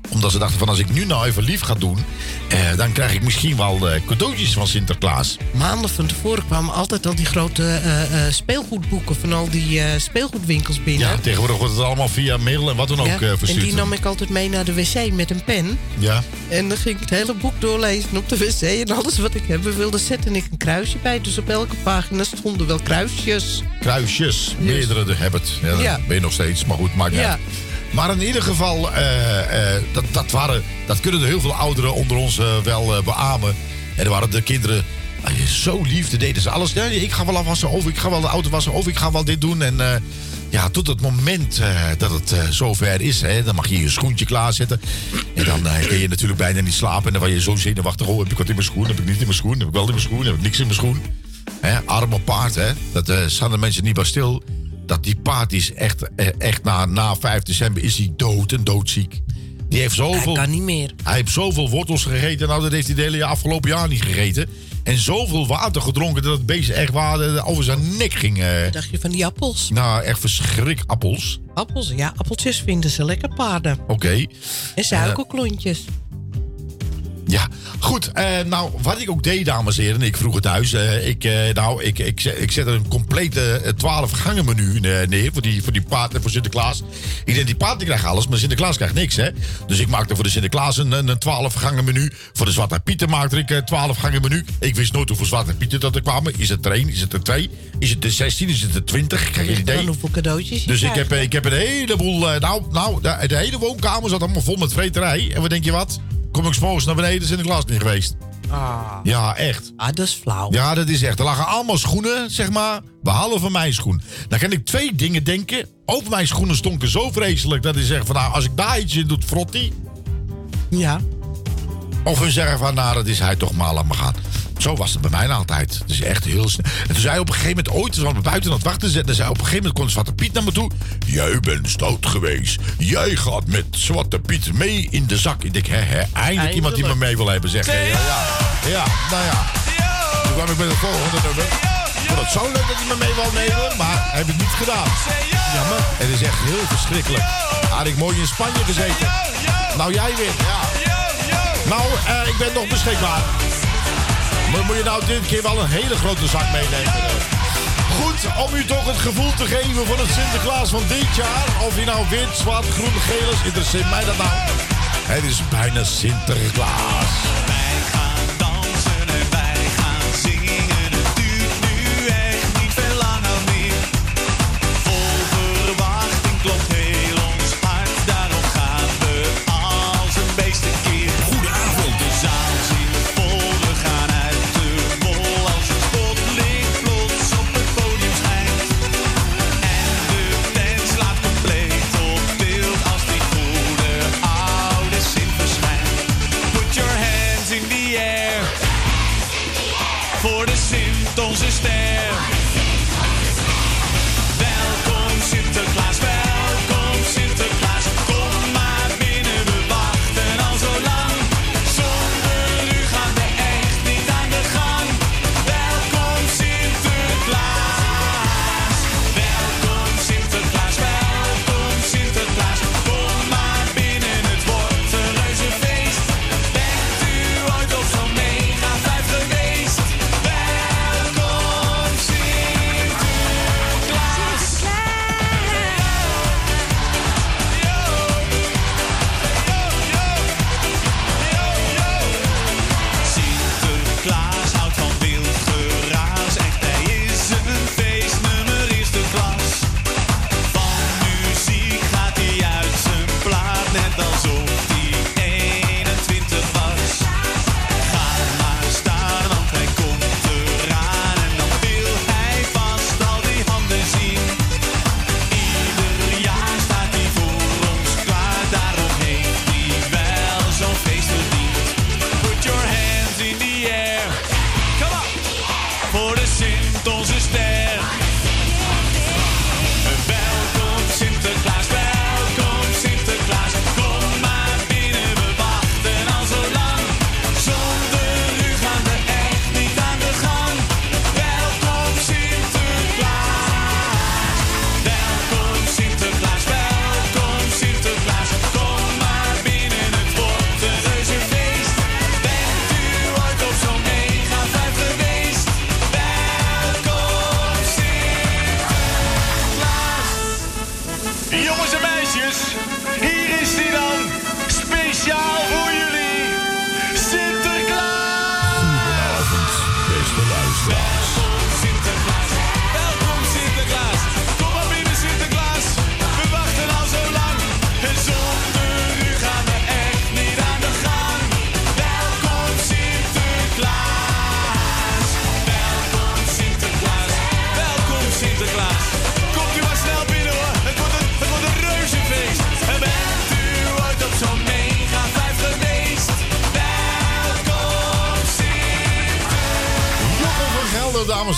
Omdat ze dachten van als ik nu nou even lief ga doen... Eh, dan krijg ik misschien wel eh, cadeautjes van Sinterklaas. Maanden van tevoren kwamen altijd al die grote uh, uh, speelgoedboeken van al die uh, speelgoedwinkels binnen. Ja, tegenwoordig wordt het allemaal via mail en wat dan ook Ja, uh, verstuurd. en die nam ik altijd mee naar de wc met een pen. Ja. En dan ging ik het hele boek doorlezen op de wc. En alles wat ik hebben wilde, zette ik een kruisje bij. Dus op elke pagina stonden wel kruisjes. Kruisjes, meerdere de hebben het. Ja, dat Ja. ben je nog steeds, maar goed, maakt niet Ja. uit. Maar in ieder geval, uh, uh, dat, dat, waren, dat kunnen er heel veel ouderen onder ons uh, wel uh, beamen. En er waren de kinderen uh, zo lief, dat deden ze alles. Ja, ik ga wel afwassen, of ik ga wel de auto wassen, of ik ga wel dit doen. En uh, ja, tot het moment uh, dat het uh, zover is, hè, dan mag je je schoentje klaarzetten. En dan uh, kun je natuurlijk bijna niet slapen. En dan word je zo zenuwachtig. Oh, heb ik wat in mijn schoen? Heb ik niet in mijn schoen? Heb ik wel in mijn schoen? Heb ik niks in mijn schoen? Hè, arme paard, hè. Dat uh, staan de mensen niet bij stil. Dat die paard is echt, echt na, na vijf december is hij dood en doodziek. Die heeft zoveel... Hij kan niet meer. Hij heeft zoveel wortels gegeten. Nou, dat heeft hij de hele afgelopen jaar niet gegeten. En zoveel water gedronken dat het beest echt waar over zijn nek ging. Uh. Wat dacht je van die appels? Nou, echt verschrik appels. Appels, ja, appeltjes vinden ze lekker paarden. Oké. Okay. En suikerklontjes. Uh, Ja, goed. Uh, nou, wat ik ook deed, dames en heren, ik vroeg het thuis. Uh, ik, uh, nou, ik, ik, ik zet een complete uh, twaalf gangen menu uh, neer voor die, voor die paard en voor Sinterklaas. Ik denk, die paard die krijgt alles, maar Sinterklaas krijgt niks, hè. Dus ik maakte voor de Sinterklaas een, een twaalf gangen menu. Voor de Zwarte Pieten maakte ik een twaalf gangen menu. Ik wist nooit hoeveel Zwarte Pieten dat er kwamen. Is het er één? Is het er twee? Is het er zestien? Is het er twintig? Ik krijg geen idee. Hoeveel cadeautjes dus ik heb, ik heb een heleboel... Uh, nou, nou de, de hele woonkamer zat allemaal vol met vreterij. En wat denk je wat? Kom ik 's morgens naar beneden, Sinterklaas niet geweest. Ah. Ja, echt. Ah, dat is flauw. Ja, dat is echt. Er lagen allemaal schoenen, zeg maar, behalve mijn schoen. Dan kan ik twee dingen denken. Of mijn schoenen stonken zo vreselijk dat hij zegt van, nou, als ik daar iets in doe, frot die. Ja. Of hun zeggen van, nou, dat is hij toch maar, laat maar gaan. Zo was het bij mij altijd. Het is echt heel snel. En toen zei hij op een gegeven moment ooit, toen we buiten aan het wachten zetten, zei op een gegeven moment kwam Zwarte Piet naar me toe. Jij bent stout geweest. Jij gaat met Zwarte Piet mee in de zak. Ik denk, hè, hè, eindelijk, eindelijk iemand die me mee wil hebben, zeg. Ja, ja, ja, nou ja. Toen kwam ik met het volgende nummer. Ik vond het zo leuk dat hij me mee wil nemen, maar hij heeft het niet gedaan. Jammer. Het is echt heel verschrikkelijk. Had ik mooi in Spanje gezeten. Nou, jij weer, ja. Nou, uh, ik ben nog beschikbaar. Maar moet je nou dit keer wel een hele grote zak meenemen? Goed, om u toch het gevoel te geven van het Sinterklaas van dit jaar. Of hij nou wit, zwart, groen, geel is, interesseert mij dat nou. Het is bijna Sinterklaas. Wij gaan dansen en wij gaan zingen. Het duurt nu echt niet veel langer meer. Vol verwachting klopt heel ons hart. Daarom gaan we als een beest een keer. Goedenavond. De zaal zit vol, we gaan uit de bol. Als het spotlicht plots op het podium schijnt. En de tent slaat compleet op tilt als die goede oude Sint verschijnt. Put your hands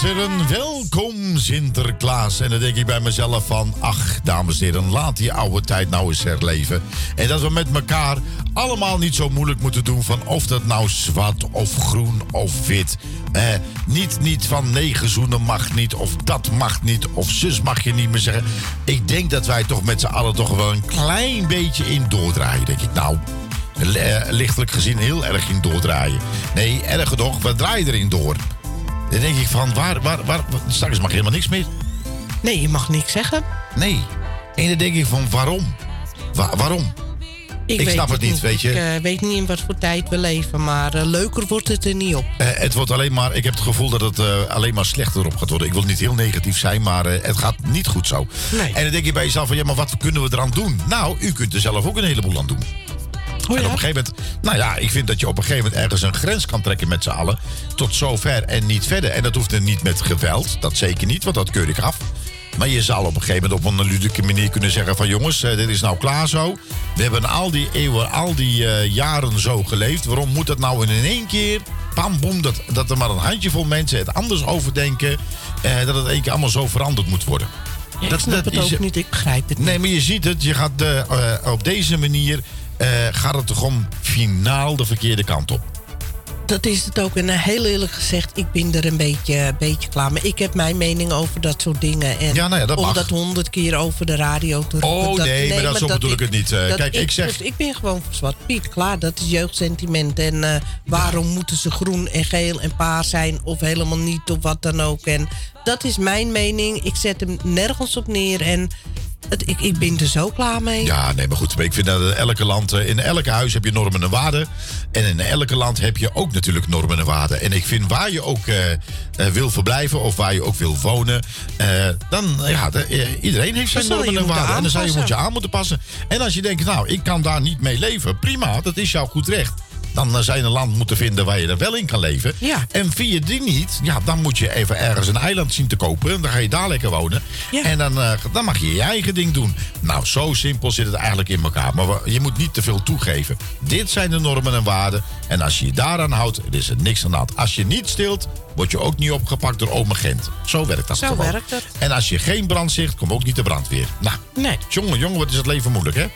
dames en heren, welkom Sinterklaas. En dan denk ik bij mezelf van, ach, dames en heren, laat die oude tijd nou eens herleven. En dat we met elkaar allemaal niet zo moeilijk moeten doen van of dat nou zwart of groen of wit. Eh, niet, niet van negen zoenen mag niet, of dat mag niet, of zus mag je niet meer zeggen. Ik denk dat wij toch met z'n allen toch wel een klein beetje in doordraaien, denk ik. Nou, lichtelijk gezien heel erg in doordraaien. Nee, erger nog, we draaien erin door. Dan denk ik van, waar, waar, waar, straks mag helemaal niks meer. Nee, je mag niks zeggen. Nee. En dan denk ik van, waarom? Wa- waarom? Ik, ik snap het niet, weet je. Ik uh, weet niet in wat voor tijd we leven, maar uh, leuker wordt het er niet op. Uh, het wordt alleen maar, ik heb het gevoel dat het uh, alleen maar slechter op gaat worden. Ik wil niet heel negatief zijn, maar uh, het gaat niet goed zo. Nee. En dan denk je bij jezelf van, ja, maar wat kunnen we eraan doen? Nou, u kunt er zelf ook een heleboel aan doen. Oh, ja? En op een gegeven moment, nou ja, ik vind dat je op een gegeven moment ergens een grens kan trekken met z'n allen. Tot zover en niet verder. En dat hoeft er niet met geweld, dat zeker niet, want dat keur ik af. Maar je zal op een gegeven moment op een ludieke manier kunnen zeggen van, jongens, uh, dit is nou klaar zo. We hebben al die eeuwen, al die uh, jaren zo geleefd. Waarom moet dat nou in één keer, pam, boem, dat, dat er maar een handjevol mensen het anders overdenken. Uh, dat het één keer allemaal zo veranderd moet worden. Ja, dat, ik snap dat het is, ook niet, ik begrijp het niet. Nee, maar je ziet het, je gaat uh, uh, op deze manier uh, gaat het toch om finaal de verkeerde kant op. Dat is het ook. En uh, heel eerlijk gezegd, ik ben er een beetje, beetje klaar mee. Ik heb mijn mening over dat soort dingen. En ja, nou ja, dat om mag. dat honderd keer over de radio te roepen. Oh dat, nee, nee, maar dat, zo bedoel ik het niet. Uh, kijk, ik, ik zeg... Ik ben gewoon voor Zwart Piet, klaar. Dat is jeugdsentiment. En uh, waarom ja. moeten ze groen en geel en paars zijn? Of helemaal niet, of wat dan ook. En dat is mijn mening. Ik zet hem nergens op neer. En het, ik, ik ben er zo klaar mee. Ja, nee, maar goed. Ik vind dat in elke land, in elke huis heb je normen en waarden. En in elke land heb je ook natuurlijk normen en waarden. En ik vind waar je ook uh, uh, wil verblijven of waar je ook wil wonen, uh, dan, ja, de, uh, iedereen heeft zijn normen en waarden. En dan zou je moet je aan moeten passen. En als je denkt, nou, ik kan daar niet mee leven, prima, dat is jouw goed recht. Dan uh, zou je een land moeten vinden waar je er wel in kan leven. Ja. En vind je die niet, ja, dan moet je even ergens een eiland zien te kopen. Dan ga je daar lekker wonen. Ja. En dan, uh, dan mag je je eigen ding doen. Nou, zo simpel zit het eigenlijk in elkaar. Maar je moet niet te veel toegeven. Dit zijn de normen en waarden. En als je je daaraan houdt, is er niks aan de hand. Als je niet stilt, word je ook niet opgepakt door ome Gent. Zo werkt dat Zo gewoon. werkt het. En als je geen brand ziet, komt ook niet de brandweer. Nou, nee. jongen, jongen, wat is het leven moeilijk, hè?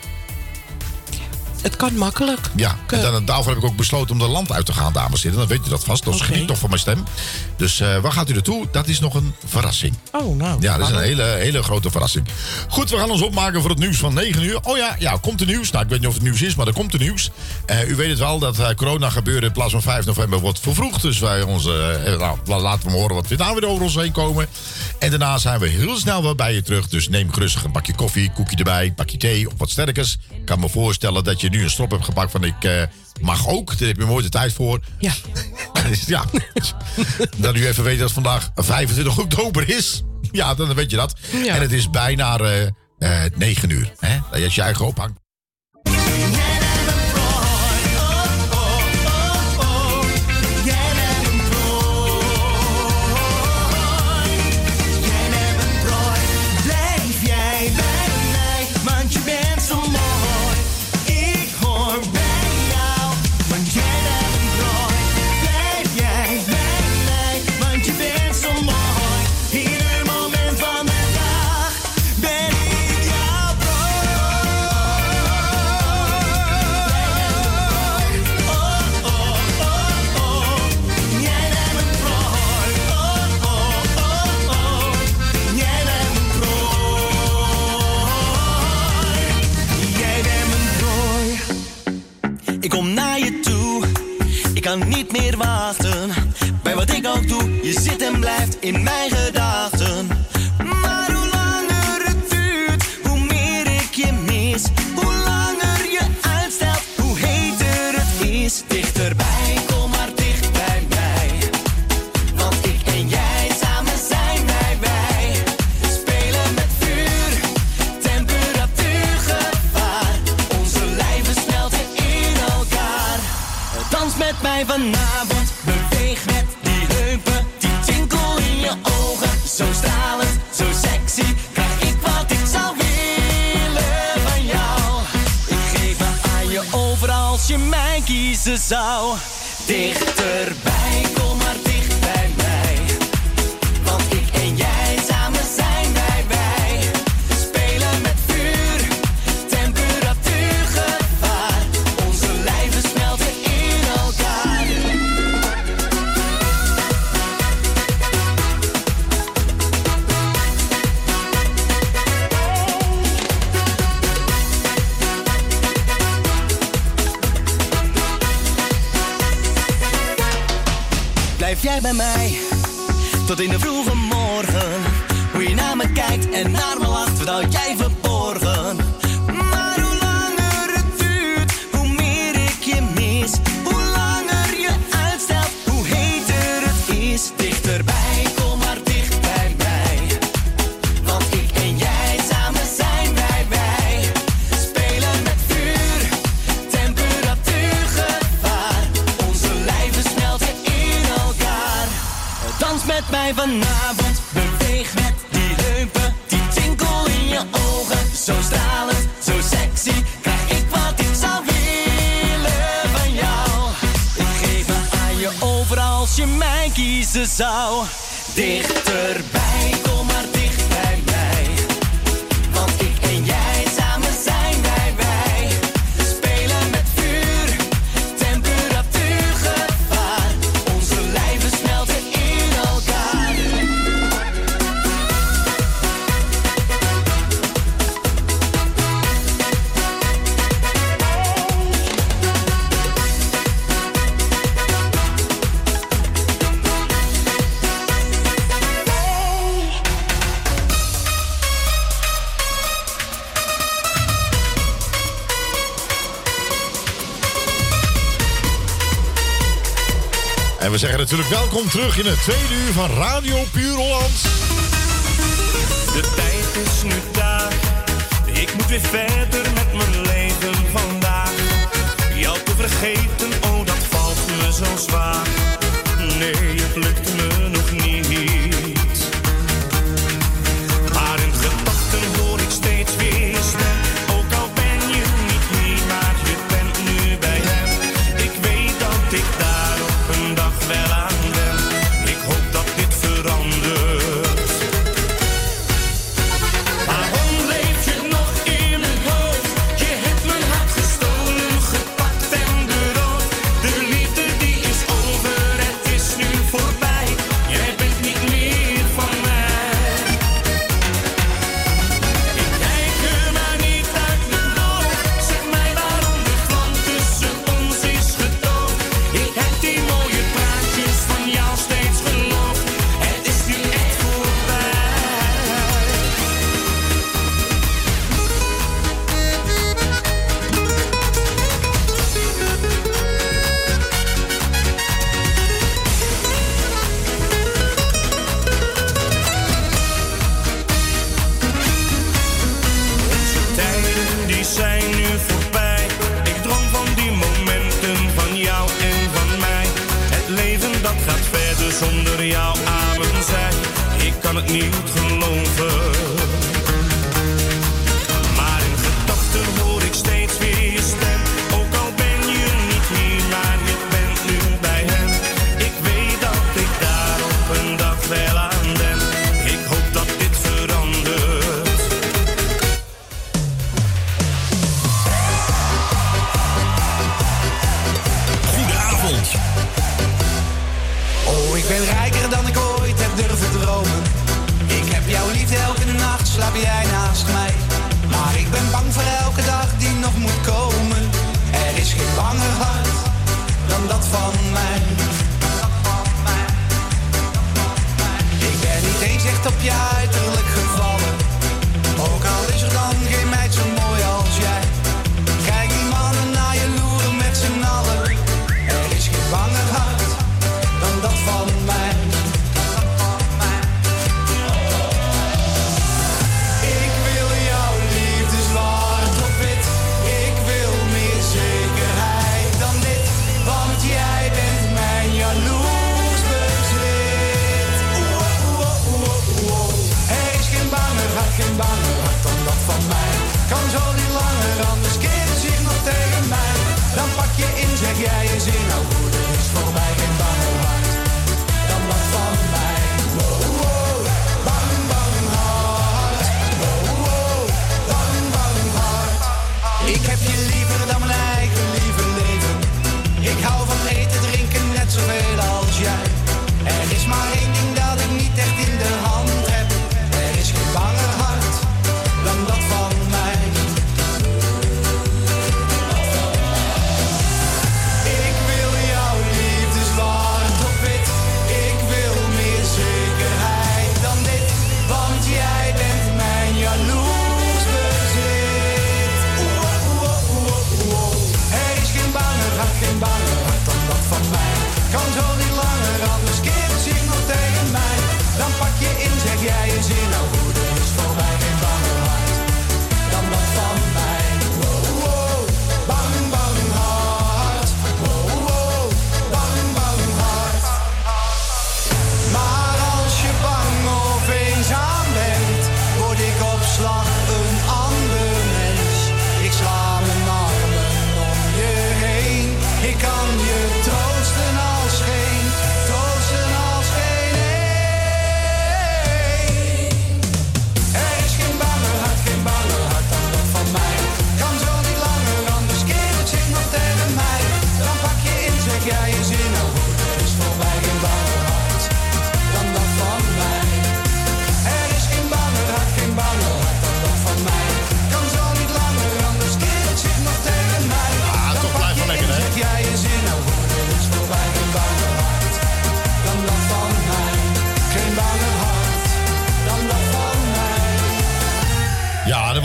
Het kan makkelijk. Ja, en dan, daarvoor heb ik ook besloten om de land uit te gaan, dames en heren. Dan weet u dat vast. Dat okay. geniet toch van mijn stem. Dus uh, waar gaat u naartoe? Dat is nog een verrassing. Oh, nou. Ja, dat is een hele, hele grote verrassing. Goed, we gaan ons opmaken voor het nieuws van negen uur. Oh ja, ja, komt er nieuws. Nou, ik weet niet of het nieuws is, maar er komt er nieuws. Uh, u weet het wel, dat uh, corona gebeuren in plaats van vijf november wordt vervroegd. Dus wij onze, uh, nou, laten we horen wat we daar weer over ons heen komen. En daarna zijn we heel snel weer bij je terug. Dus neem gerustig een bakje koffie, koekje erbij, een bakje thee of wat sterkers. Ik kan me voorstellen dat je nu een strop hebt gepakt van ik uh, mag ook. Daar heb je mooi de tijd voor. Ja. ja. Dat u even weet dat het vandaag vijfentwintig oktober is. Ja, dan weet je dat. Ja. En het is bijna uh, uh, negen uur. Hè? Dat je je eigen ophangt. Ik kom naar je toe, ik kan niet meer wachten. Bij wat ik ook doe, je zit en blijft in mijn gedachten. Maar hoe langer het duurt, hoe meer ik je mis. Hoe langer je uitstelt, hoe heter het is. Dichterbij, kom maar dicht bij mij. Want ik en jij, samen zijn wij wij. Spelen met vuur, temperatuurgevaar. Onze lijven smelten in elkaar. Dans met mij vanavond, beweeg met die heupen. Die tinkel in je ogen, zo stralend, zo sexy. Krijg ik wat ik zou willen van jou. Ik geef me aan je over als je mij kiezen zou. Dichterbij, kom maar dicht bij mij. blijf jij bij mij tot in de vroege morgen. Hoe je naar me kijkt en naar me lacht, wat houd jij verborgen. Maar hoe langer het duurt, hoe meer ik je mis. Hoe langer je uitstelt, hoe heter het is. Dichterbij, kom maar dicht bij mij. Want ik en jij, samen zijn wij wij. Spelen met vuur, temperatuurgevaar. Onze lijven smelten in elkaar. Dans met mij vanavond, beweeg met die heupen. Die tinkel in je ogen, zo stralend, zo sexy. Krijg ik wat ik zou willen van jou. Ik geef me aan je over als je mij kiezen zou. Dichterbij, kom maar dicht bij mij. Want ik en jij, samen zijn wij wij. Spelen met vuur, temperatuurgevaar. Onze lijven smelten in elkaar. En we zeggen natuurlijk welkom terug in het tweede uur van Radio Puur Hollands. De tijd is nu daar. Ik moet weer verder met mijn leven vandaag. Jou te vergeten, oh dat valt me zo zwaar. Nee, het lukt me nog niet. Maar in gedachten hoor ik steeds weer je stem. Ook al ben je niet hier, maar je bent nu bij hem. Ik weet dat ik daar op een dag wel aan ben. Ik hoop dat dit verandert. Waarom leef je nog in mijn hoofd? Je hebt mijn hart gestolen, gepakt en beroofd. De liefde die is over, het is nu voorbij. Jij bent niet meer van mij. Ik kijk er maar niet uit mijn oog. Zeg mij waarom de vlam tussen ons is gedoofd. Ik heb die mooie praatjes van jou steeds geloofd. Het is nu echt voorbij. Onze tijden die zijn nu voorbij. Ik droom van die momenten van jou en van mij. Het leven dat gaat verder zonder jou aan mijn zij. Ik kan het niet geloven. Maar in gedachten hoor ik steeds weer je stem. Ook al ben je niet hier, maar je bent nu bij hem. Ik weet dat ik daar op een dag wel aan ben. Ik hoop dat dit verandert. Goedenavond. Oh, ik ben rijker dan ik ooit heb durven dromen. Ik heb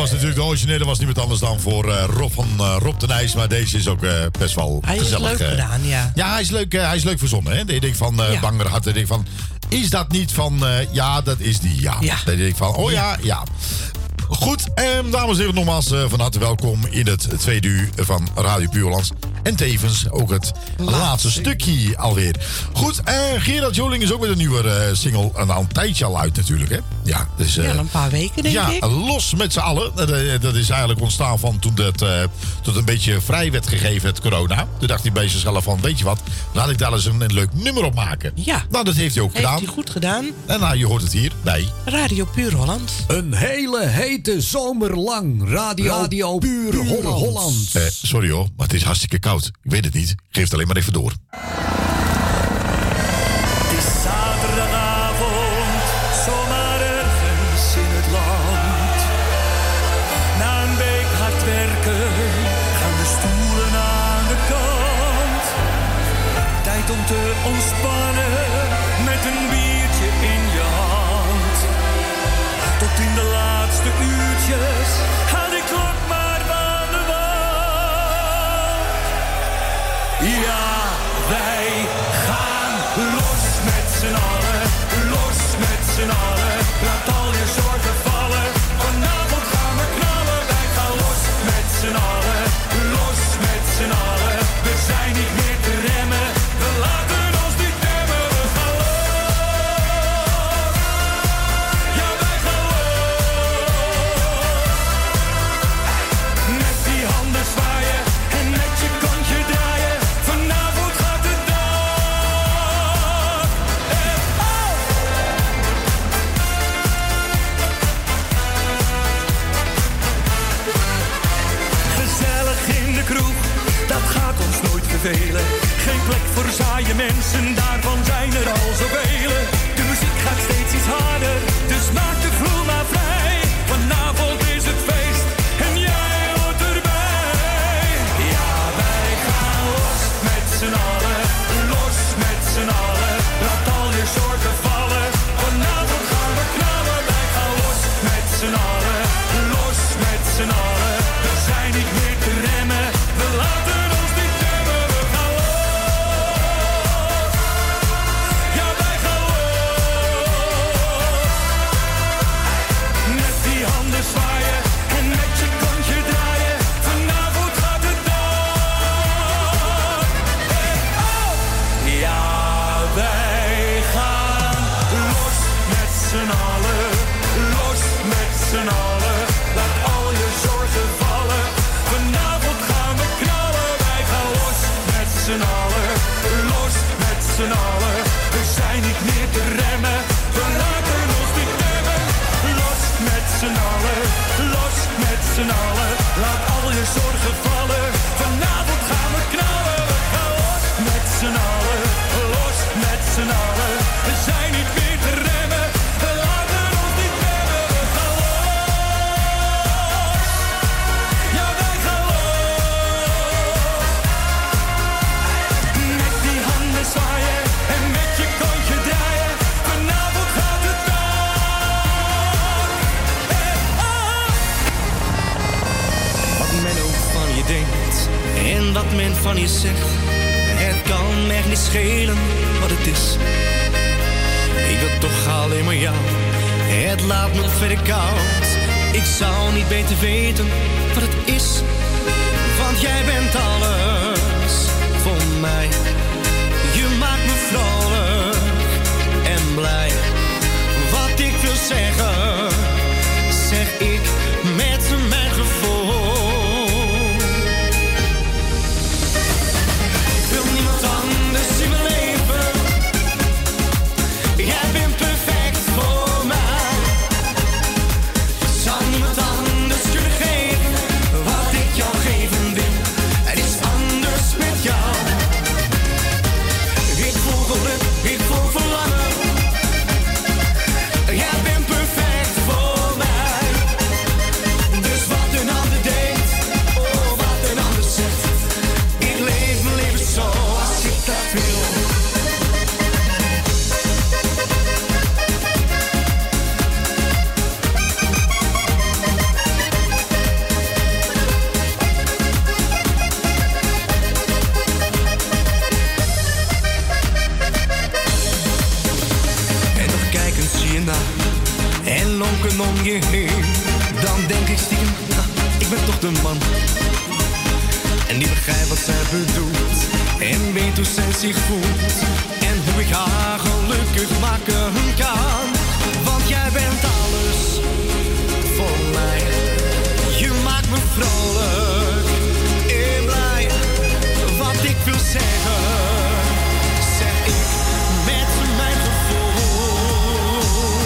was natuurlijk de originele was niet wat anders dan voor uh, Rob van uh, Rob de Nijs. Maar deze is ook uh, best wel hij gezellig. Hij is leuk uh, gedaan, ja. Ja, hij is leuk, uh, hij is leuk verzonnen. Hè? Ik denk van uh, ja. Banger had. Ik denk van, is dat niet van... Uh, ja, dat is die, ja. ja. Dan denk ik van, oh ja, ja. ja. Goed, en dames en heren, nogmaals uh, van harte welkom in het tweede uur van Radio Puur Hollands. En tevens ook het laatste, laatste stukje alweer. Goed, uh, Gerard Joling is ook met een nieuwe uh, single een, een tijdje al uit natuurlijk, hè? Ja, dus, uh, ja, een paar weken denk ja, ik. Ja, los met z'n allen. Dat, uh, dat is eigenlijk ontstaan van toen het, uh, toen het een beetje vrij werd gegeven, het corona. Toen dacht hij bij zichzelf van, weet je wat, laat ik daar eens een, een leuk nummer op maken. Ja. Nou, dat heeft hij ook heeft gedaan. Heeft hij goed gedaan. En nou, je hoort het hier bij Radio Puur Holland. Een hele hete zomer lang. Radio, Radio Puur, Puur Holland. Holland. Uh, sorry hoor, maar het is hartstikke koud. Ik weet het niet. Ik geef het alleen maar even door. Het is zaterdagavond, zomaar ergens in het land. Na een week hard werken, gaan de stoelen aan de kant. Tijd om te ontspannen, met een biertje in je hand. Tot in de laatste uurtjes, haal die klok maar van de wand. Ja, wij gaan los met z'n allen, los met z'n allen. Laat al je zorgen vallen, vanavond gaan we knallen. Wij gaan los met z'n allen, los met z'n allen. We zijn niet meer te remmen, we laten ons niet remmen. We gaan los, ja wij gaan los. Met die handen zwaaien en met je kontje draaien. Vanavond gaat het dag. En oh! Gezellig in de kroeg, dat gaat ons nooit vervelen. Geen plek voor saaie mensen, daarvan zijn er al zoveel. De muziek gaat steeds iets harder, dus maak de vloer maar vrij. Vanavond is het feest en jij hoort erbij. Ja, wij gaan los met z'n allen, los met z'n allen. Laat al je zorgen vallen, vanavond gaan we knallen. Wij gaan los met z'n allen, los met z'n allen. We zijn niet meer te remmen, we laten ons niet remmen. We gaan los, ja wij gaan los. Met die handen zwaaien en met je kontje draaien. Vanavond gaat het dag. En oh! Ja, wij gaan los met z'n allen, los met z'n allen. Laat al je zorgen vallen. Vanavond gaan we knallen. Wij gaan los met z'n allen, los met z'n allen. We zijn niet meer te remmen, we laten ons niet remmen. Los met z'n allen, los met z'n allen. Laat al je zorgen vallen. Vanavond gaan we knallen. We gaan los met z'n allen, los met z'n allen. We zijn niet meer te remmen, we laten ons niet remmen. We gaan los, ja wij gaan los. Met die handen zwaaien en met je kontje draaien. Vanavond gaat het dag. En oh! Wat men ook van je denkt en wat men van je zegt, het kan me echt niet schelen wat het is. Ik wil toch alleen maar jou, het laat me verder koud. Ik zou niet beter weten wat het is, want jij bent alles voor mij. Je maakt me vrolijk en blij. Wat ik wil zeggen, zeg ik met mijn gevoel. Ik wil niemand anders in mijn leven. Jij bent perfect voor mij. Zou niemand anders kunnen geven wat ik jou geven wil. Het is anders met jou. Ik voel geluk, ik voel verlangen. Jij bent perfect. echte man. En die begrijpt wat zij bedoelt. En weet hoe zij zich voelt. En hoe ik haar gelukkig maken kan. Want jij bent alles voor mij. Je maakt me vrolijk en blij. Wat ik wil zeggen, zeg ik met mijn gevoel.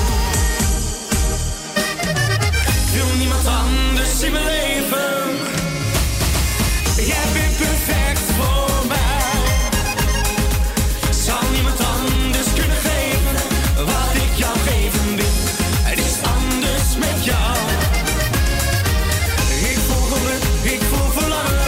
Ik wil niemand anders in mijn leven. Jij bent perfect voor mij. Zal niemand anders kunnen geven wat ik jou geven wil. Het is anders met jou. Ik voel geluk, ik voel verlangen.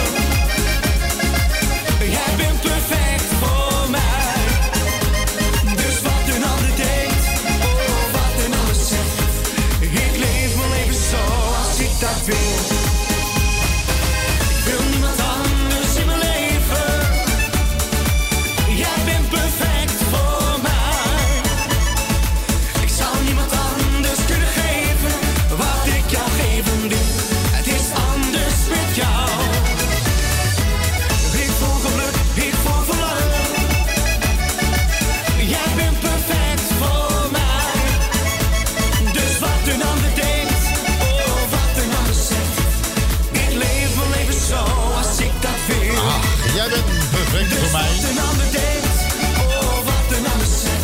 Jij bent perfect voor mij. Dus wat een ander denkt, oh wat een ander zegt. Ik leef mijn leven zo als ik dat wil. Ik wil niemand anders in mijn leven. Jij bent perfect voor mij. Ik zal niemand anders kunnen geven wat ik jou geven wil. Het is anders met jou. Ik voel geluk, ik voel verlangen. Jij bent perfect voor mij. Dus wat een ander denkt, oh wat een ander zegt. Ik leef mijn leven zo als ik dat wil. Ach, jij bent perfect voor mij. Wat een ander denkt, oh wat een ander zegt.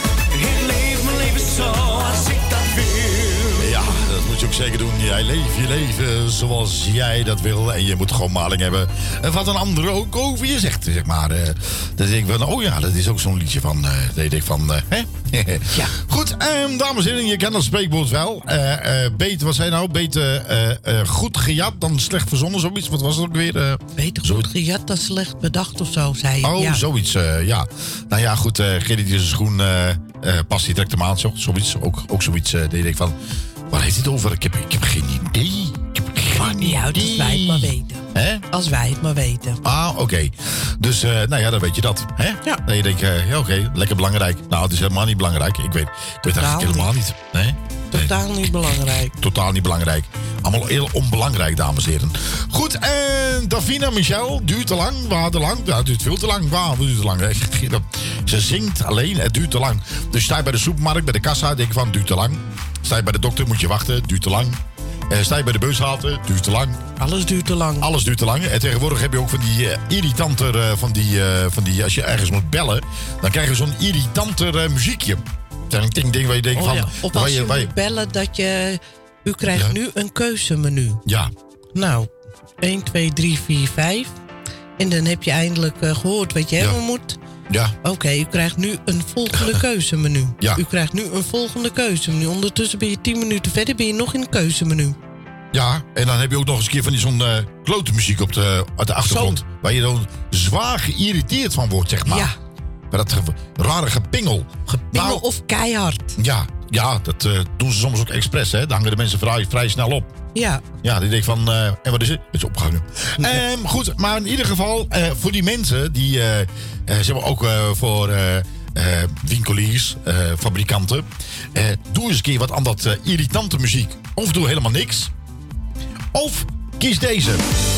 Ik leef mijn leven zo als ik dat wil. Ja, dat moet je ook zeker doen. Jij leeft je leven zoals jij dat wil. En je moet gewoon maling hebben. En wat een ander ook over je zegt, zeg maar. Uh, dat denk ik van, oh ja, dat is ook zo'n liedje van, uh, dat denk ik van, uh, hè? Ja. Goed, um, dames en heren, je kent dat spreekwoord wel. Uh, uh, beter, wat zei je nou? Beter uh, uh, goed gejat dan slecht verzonnen, zoiets. Wat was het ook weer? Uh, Beter goed gejat dan slecht bedacht of zo, zei je. Oh, ja. zoiets, uh, ja. Nou ja, goed, uh, Gerrit die zijn schoen uh, uh, past, die trekt hem aan, zo, zoiets. Ook, ook zoiets, uh, dat je denkt van, waar heeft hij het over? Ik heb, ik heb geen idee. Ik heb geen niet uit als wij het maar weten. Hè? Als wij het maar weten. Ah, oké. Okay. Dus, uh, nou ja, dan weet je dat. Hè? Ja. Dan je denkt, uh, ja, oké, okay, lekker belangrijk. Nou, het is helemaal niet belangrijk. Ik weet, ik weet het eigenlijk helemaal niet. Nee? Totaal nee. niet belangrijk. Totaal niet belangrijk. Allemaal heel onbelangrijk, dames en heren. Goed, en Davina Michel, duurt te lang, waar te lang? Ja, het duurt veel te lang, waar duurt te lang? Ze zingt alleen, het duurt te lang. Dus sta je bij de supermarkt, bij de kassa, denk je van, het duurt te lang. Sta je bij de dokter, moet je wachten, het duurt te lang. Uh, sta je bij de bushalte, het duurt te lang. Alles duurt te lang. Alles duurt te lang. En tegenwoordig heb je ook van die uh, irritanter, uh, van, die, uh, van die, als je ergens moet bellen, dan krijg je zo'n irritanter uh, muziekje. Een ding, ding waar je denkt oh, van... Ja. Of als je, je moet je... bellen dat je... U krijgt ja. nu een keuzemenu. Ja. Nou, één, twee, drie, vier, vijf. En dan heb je eindelijk uh, gehoord wat je ja. hebben moet. Ja. Oké, okay, u krijgt nu een volgende keuzemenu. Ja. U krijgt nu een volgende keuzemenu. Ondertussen ben je tien minuten verder, ben je nog in een keuzemenu. Ja, en dan heb je ook nog eens een keer van die zo'n uh, klote muziek op de, op de achtergrond. Zo. Waar je dan zwaar geïrriteerd van wordt, zeg maar. Ja. Bij dat ge, rare gepingel. Gepingel nou, of keihard. Ja, ja dat uh, doen ze soms ook expres, hè. Daar hangen de mensen vrij, vrij snel op. Ja. Ja, die denk van, uh, en wat is het? Het is opgehangen. Ja. Um, goed, maar in ieder geval, uh, voor die mensen die, uh, uh, zeg maar ook uh, voor uh, uh, winkeliers, uh, fabrikanten, uh, doe eens een keer wat aan dat uh, irritante muziek. Of doe helemaal niks. Of kies deze.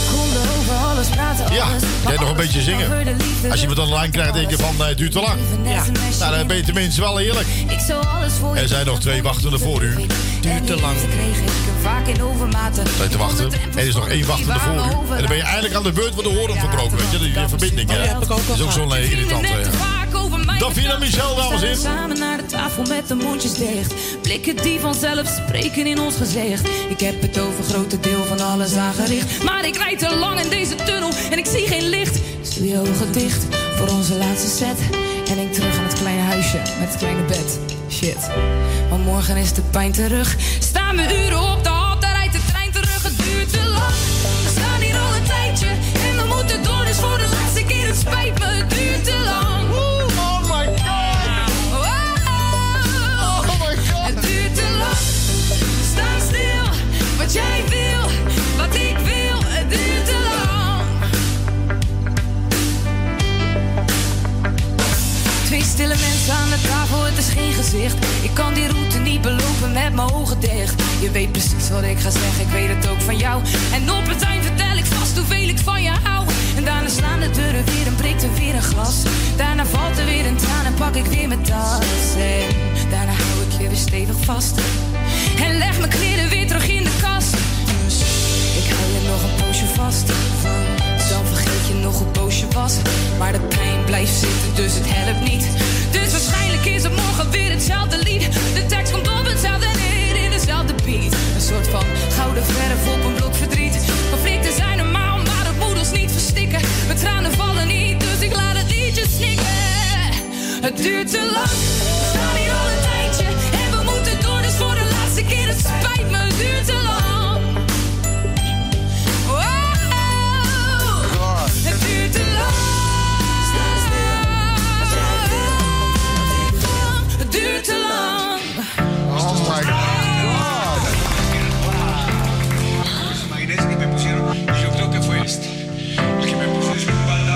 Ja, jij nog een beetje zingen. Als je me dan online krijgt, denk je van, nee, het duurt te lang. Ja. Nou, dan ben je tenminste wel eerlijk. Er zijn nog twee wachtende voor u. Duurt te lang. Zijn te wachten. Er is nog één wachtende voor u. En dan ben je eindelijk aan de beurt van de horen verbroken. Weet je, die, die verbinding. Oh, ja, dat is ook zo'n uh, irritant. Ja. Davina Michel, dames en heren. Samen naar de tafel met de mondjes dicht. Blikken die vanzelf spreken in ons gezicht. Ik heb het over grote deel van alles aangericht. Maar ik rijd te lang in deze tunnel en ik zie geen licht. Dus doe je ogen dicht voor onze laatste set. En denk terug aan het kleine huisje met het kleine bed. Shit, want morgen is de pijn terug. Staan we uren op de hal, daar rijdt de trein terug. Het duurt te lang, we staan hier al een tijdje. En we moeten door, dus voor de laatste keer, het spijt me. Het duurt te lang. Oh my god. Oh, oh my god. Het duurt te lang. Sta stil, wat jij wil, wat ik wil. Het duurt te lang. Twee stille mensen aan de tafel, het is geen gezicht. Ik kan die route niet belopen met mijn ogen dicht. Je weet precies wat ik ga zeggen, ik weet het ook van jou. jou. En op het eind vertel ik vast hoeveel ik van je hou. En daarna slaan de deuren weer en breekt er weer een glas. Daarna valt er weer een traan en pak ik weer mijn tas. En daarna hou ik je weer stevig vast. En leg mijn kleren weer terug in de kast. Dus ik hou je nog een poosje vast. Dan vergeet je nog hoe boos je was. Maar de pijn blijft zitten, dus het helpt niet. Dus waarschijnlijk is het morgen weer hetzelfde lied. De tekst komt op hetzelfde neer in dezelfde beat. Een soort van gouden verf op een blok verdriet. Conflicten zijn normaal, maar het moet ons niet verstikken. Mijn tranen vallen niet, dus ik laat het liedje snikken. Het duurt te lang, we staan hier al een tijdje. En we moeten door, dus voor de laatste keer. Het spijt me, het duurt te lang. Het duurt te lang. Het duurt te lang. Oh my god. Imagínense que me pusieron, y yo creo que fue este, el que me puso en su espalda.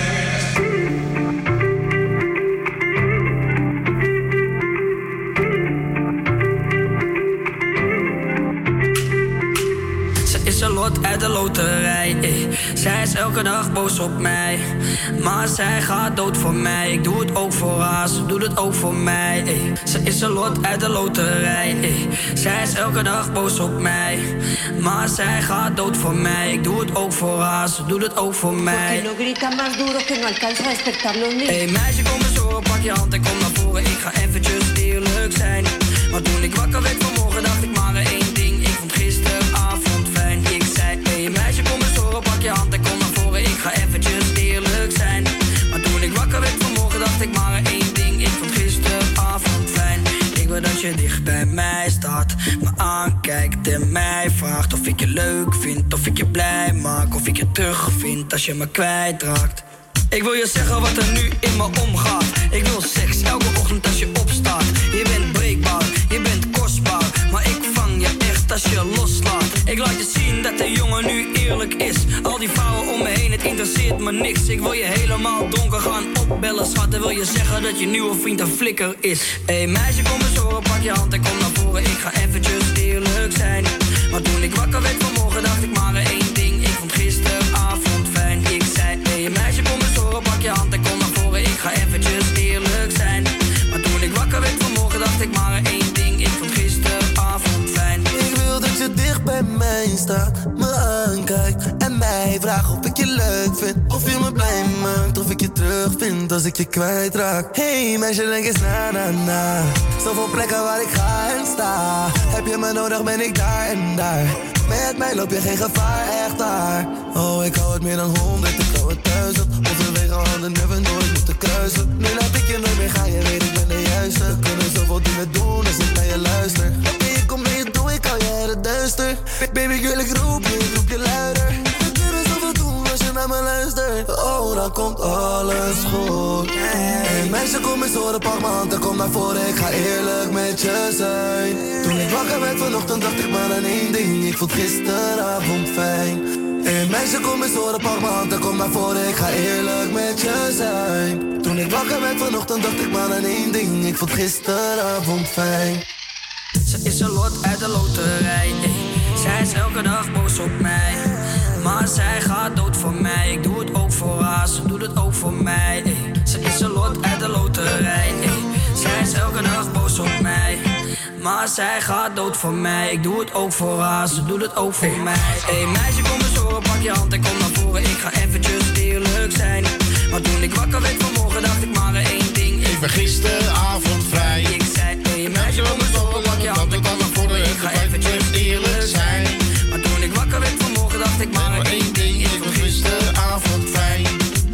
Is een lot uit de loterij, eh. Zij is elke dag boos op mij. Maar zij gaat dood voor mij. Ik doe het ook voor haar, ze doet het ook voor mij, eh. Ze is een lot uit de loterij, eh. Zij is elke dag boos op mij. Maar zij gaat dood voor mij. Ik doe het ook voor haar, ze doet het ook voor mij. No grita más duro que no alcanza a despertar los niños. Hey meisje, kom eens horen, pak je hand en kom naar voren. Ik ga eventjes eerlijk zijn. Maar toen ik wakker werd vanmorgen dacht ik maar één ding. Ik vond gisteravond fijn. Ik zei, hey meisje, kom eens horen, pak je hand en kom naar voren. Ik ga eventjes eerlijk zijn. Maar toen ik wakker werd vanmorgen dacht ik maar één ding. Ik vond gisteravond fijn. Ik wil dat je dicht bij mij staat, me aankijkt en mij vraagt of ik je leuk vind, of ik je blij maak, of ik je terug vind als je me kwijtraakt. Ik wil je zeggen wat er nu in me omgaat. Ik wil seks elke ochtend als je opstaat. Je bent breekbaar, je bent kostbaar, maar ik vang je echt als je loslaat. Ik laat je zien dat de jongen nu eerlijk is. Al die vrouwen om me heen, het interesseert me niks. Ik wil je helemaal donker gaan opbellen, schat. En wil je zeggen dat je nieuwe vriend een flikker is. Hey meisje, kom eens horen, pak je hand en kom naar voren. Ik ga eventjes eerlijk zijn. Maar toen ik wakker werd vanmorgen dacht ik maar één ding. Ik vond gisteravond fijn. Ik zei, hey meisje, kom eens horen, pak je hand en kom naar voren. Ik ga eventjes eerlijk zijn. Maar toen ik wakker werd vanmorgen dacht ik maar één ding. Ik vond gisteravond fijn. Ik wil dat je dicht bij mij staat, me aankijkt en mij vraagt of ik je leuk vind, of je me blij maakt, of ik je terug vind als ik je kwijtraak. Hey meisje, denk eens na na na. Zoveel plekken waar ik ga en sta. Heb je me nodig, ben ik daar en daar. Met mij loop je geen gevaar, echt daar. Oh, ik hou het meer dan honderd, ik hou het duizend. Onze wegen hadden never nooit moeten kruisen. Nu laat ik je nooit meer gaan, je weet ik ben de juiste. We kunnen zoveel dingen doen als ik naar je luister. Baby, ik kom naar je toe, ik hou je uit het duister. Baby, girl, ik roep je, ik roep je luider. We kunnen zoveel doen als je naar me luistert. Oh, dan komt alles goed. Hey meisje, kom eens horen, pak m'n hand en kom naar voren. Ik ga eerlijk met je zijn. Toen ik wakker werd vanochtend dacht ik maar aan één ding. Ik vond gisteravond fijn. Hey meisje, kom eens horen, pak m'n hand en kom naar voren. Ik ga eerlijk met je zijn. Toen ik wakker werd vanochtend dacht ik maar aan één ding. Ik vond gisteravond fijn. Ze is een lot uit de loterij, ey. Zij is elke dag boos op mij. Maar zij gaat dood voor mij. Ik doe het ook voor haar, ze doet het ook voor mij, ey. Ze is een lot uit de loterij, ey. Zij is elke dag boos op mij. Maar zij gaat dood voor mij. Ik doe het ook voor haar, ze doet het ook voor mij. Hey meisje, kom eens horen, pak je hand en kom naar voren. Ik ga eventjes eerlijk zijn. Maar toen ik wakker werd vanmorgen dacht ik maar één ding. Ik ben gisteravond vrij. Ik zei, hey meisje, kom eens horen, pak je hand en kom naar voren. Ik ga eventjes eerlijk zijn. Maar toen ik wakker werd vanmorgen dacht ik maar één ding. Ik ben gisteravond fijn.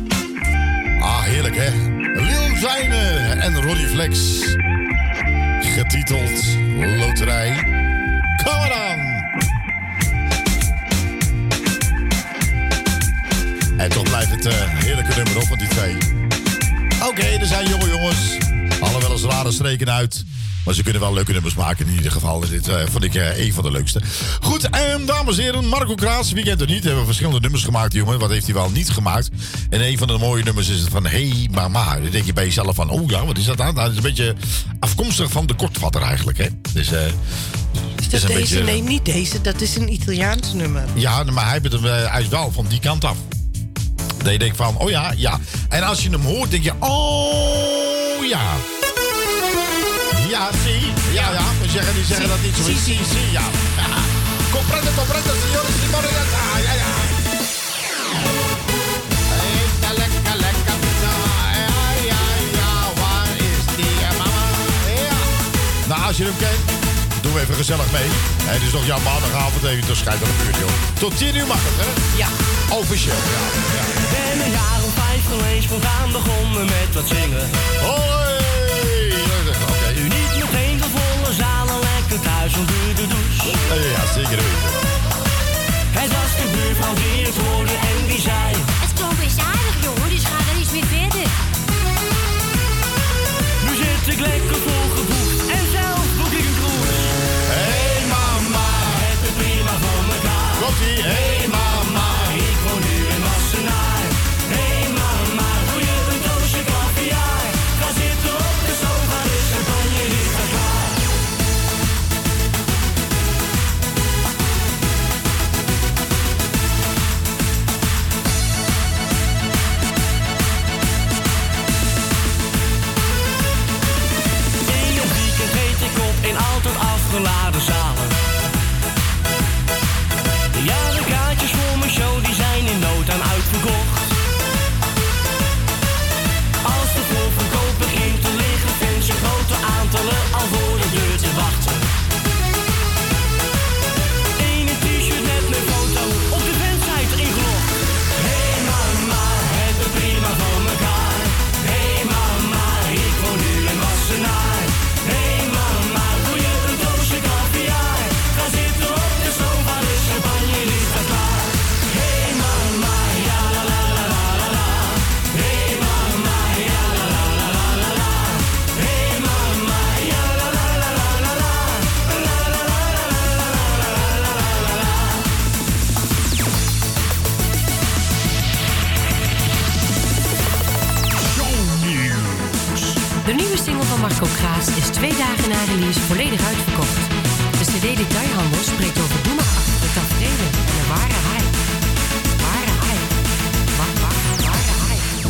Ah, heerlijk hè. Lil Kleine en Ronnie Flex. Getiteld Loterij. Kom maar aan. En toch blijft het uh, heerlijke nummer op van die twee. Oké, okay, er zijn jonge jongens. Alle wel eens rare streken uit. Maar ze kunnen wel leuke nummers maken in ieder geval. Dit uh, vond ik uh, een van de leukste. Goed, en dames en heren, Marco Kraas, wie kent het niet? We hebben verschillende nummers gemaakt, jongen. Wat heeft hij wel niet gemaakt? En een van de mooie nummers is het van Hey Mama. Dan denk je bij jezelf van, oh ja, wat is dat aan? Nou, dat is een beetje afkomstig van de kortvatter eigenlijk, hè. Dus uh, Is dat een deze? beetje- Nee, niet deze. Dat is een Italiaans nummer. Ja, maar hij, heeft hem, eh, hij is wel van die kant af. Dat je denkt van, oh ja, ja. En als je hem hoort, denk je, oh ja. Ja, zie. Ja, ja. We zeggen, die zeggen dat niet zo is. Zie, zie, ja. ja. Comprende, comprende, signore, signore. Ja, ja, ja. Eet lekker, lekker pizza. Ja, ja, ja. Waar is die mama? Ja. Nou, als je hem kent, doe even gezellig mee. Het is nog jouw maandagavond even te scheiden op uur, joh. Tot tien uur mag het, hè? Ja. Officieel, ja. ja. Ik ben een jaar of vijf geleden spontaan begonnen met wat zingen. Hoi! Oké. Nu niet meteen van volle zalen, lekker thuis onder de douche. Ja, ja, zeker weten. Het was de buurvrouw die het hoorde en die zei: Het klonk best aardig, jongen, dus ga er eens mee verder. Nu zit ik lekker volgeboekt en zelf boek ik een cruise. Hey mama, heb het prima voor mekaar. Komt-ie, hey mama, ik woon nu in Wassenaar. Hey mama, doe je een doosje caviar? Ga zitten op de sofa, de champagne ligt al klaar. In het weekend reed ik op in altijd afgeladen zalen. Ja, de kaartjes voor mijn show die zijn in no time uitverkocht. Als de voorverkoop begint te liggen, vind je grote aantallen al voor de deur te wachten. In een t-shirt met mijn foto op de fansite ingelogd. Hey mama, heb het prima voor mekaar. Hey mama, ik woon nu in Wassenaar. Hey mama, doe je een doosje caviar? Ga zitten op de sofa, de champagne ligt al klaar. Hey mama, ja la la la la la la. Hey mama, ja la la la la la la. Hey mama, ja la la la la la la. La la la la la la la la la. De nieuwe single van Marco Kraas is twee dagen na release volledig uitverkocht. De cd-detailhandel spreekt over doemerachtige tafereelen en een ware hype. Ware hype. Wa- wa- Ware hype.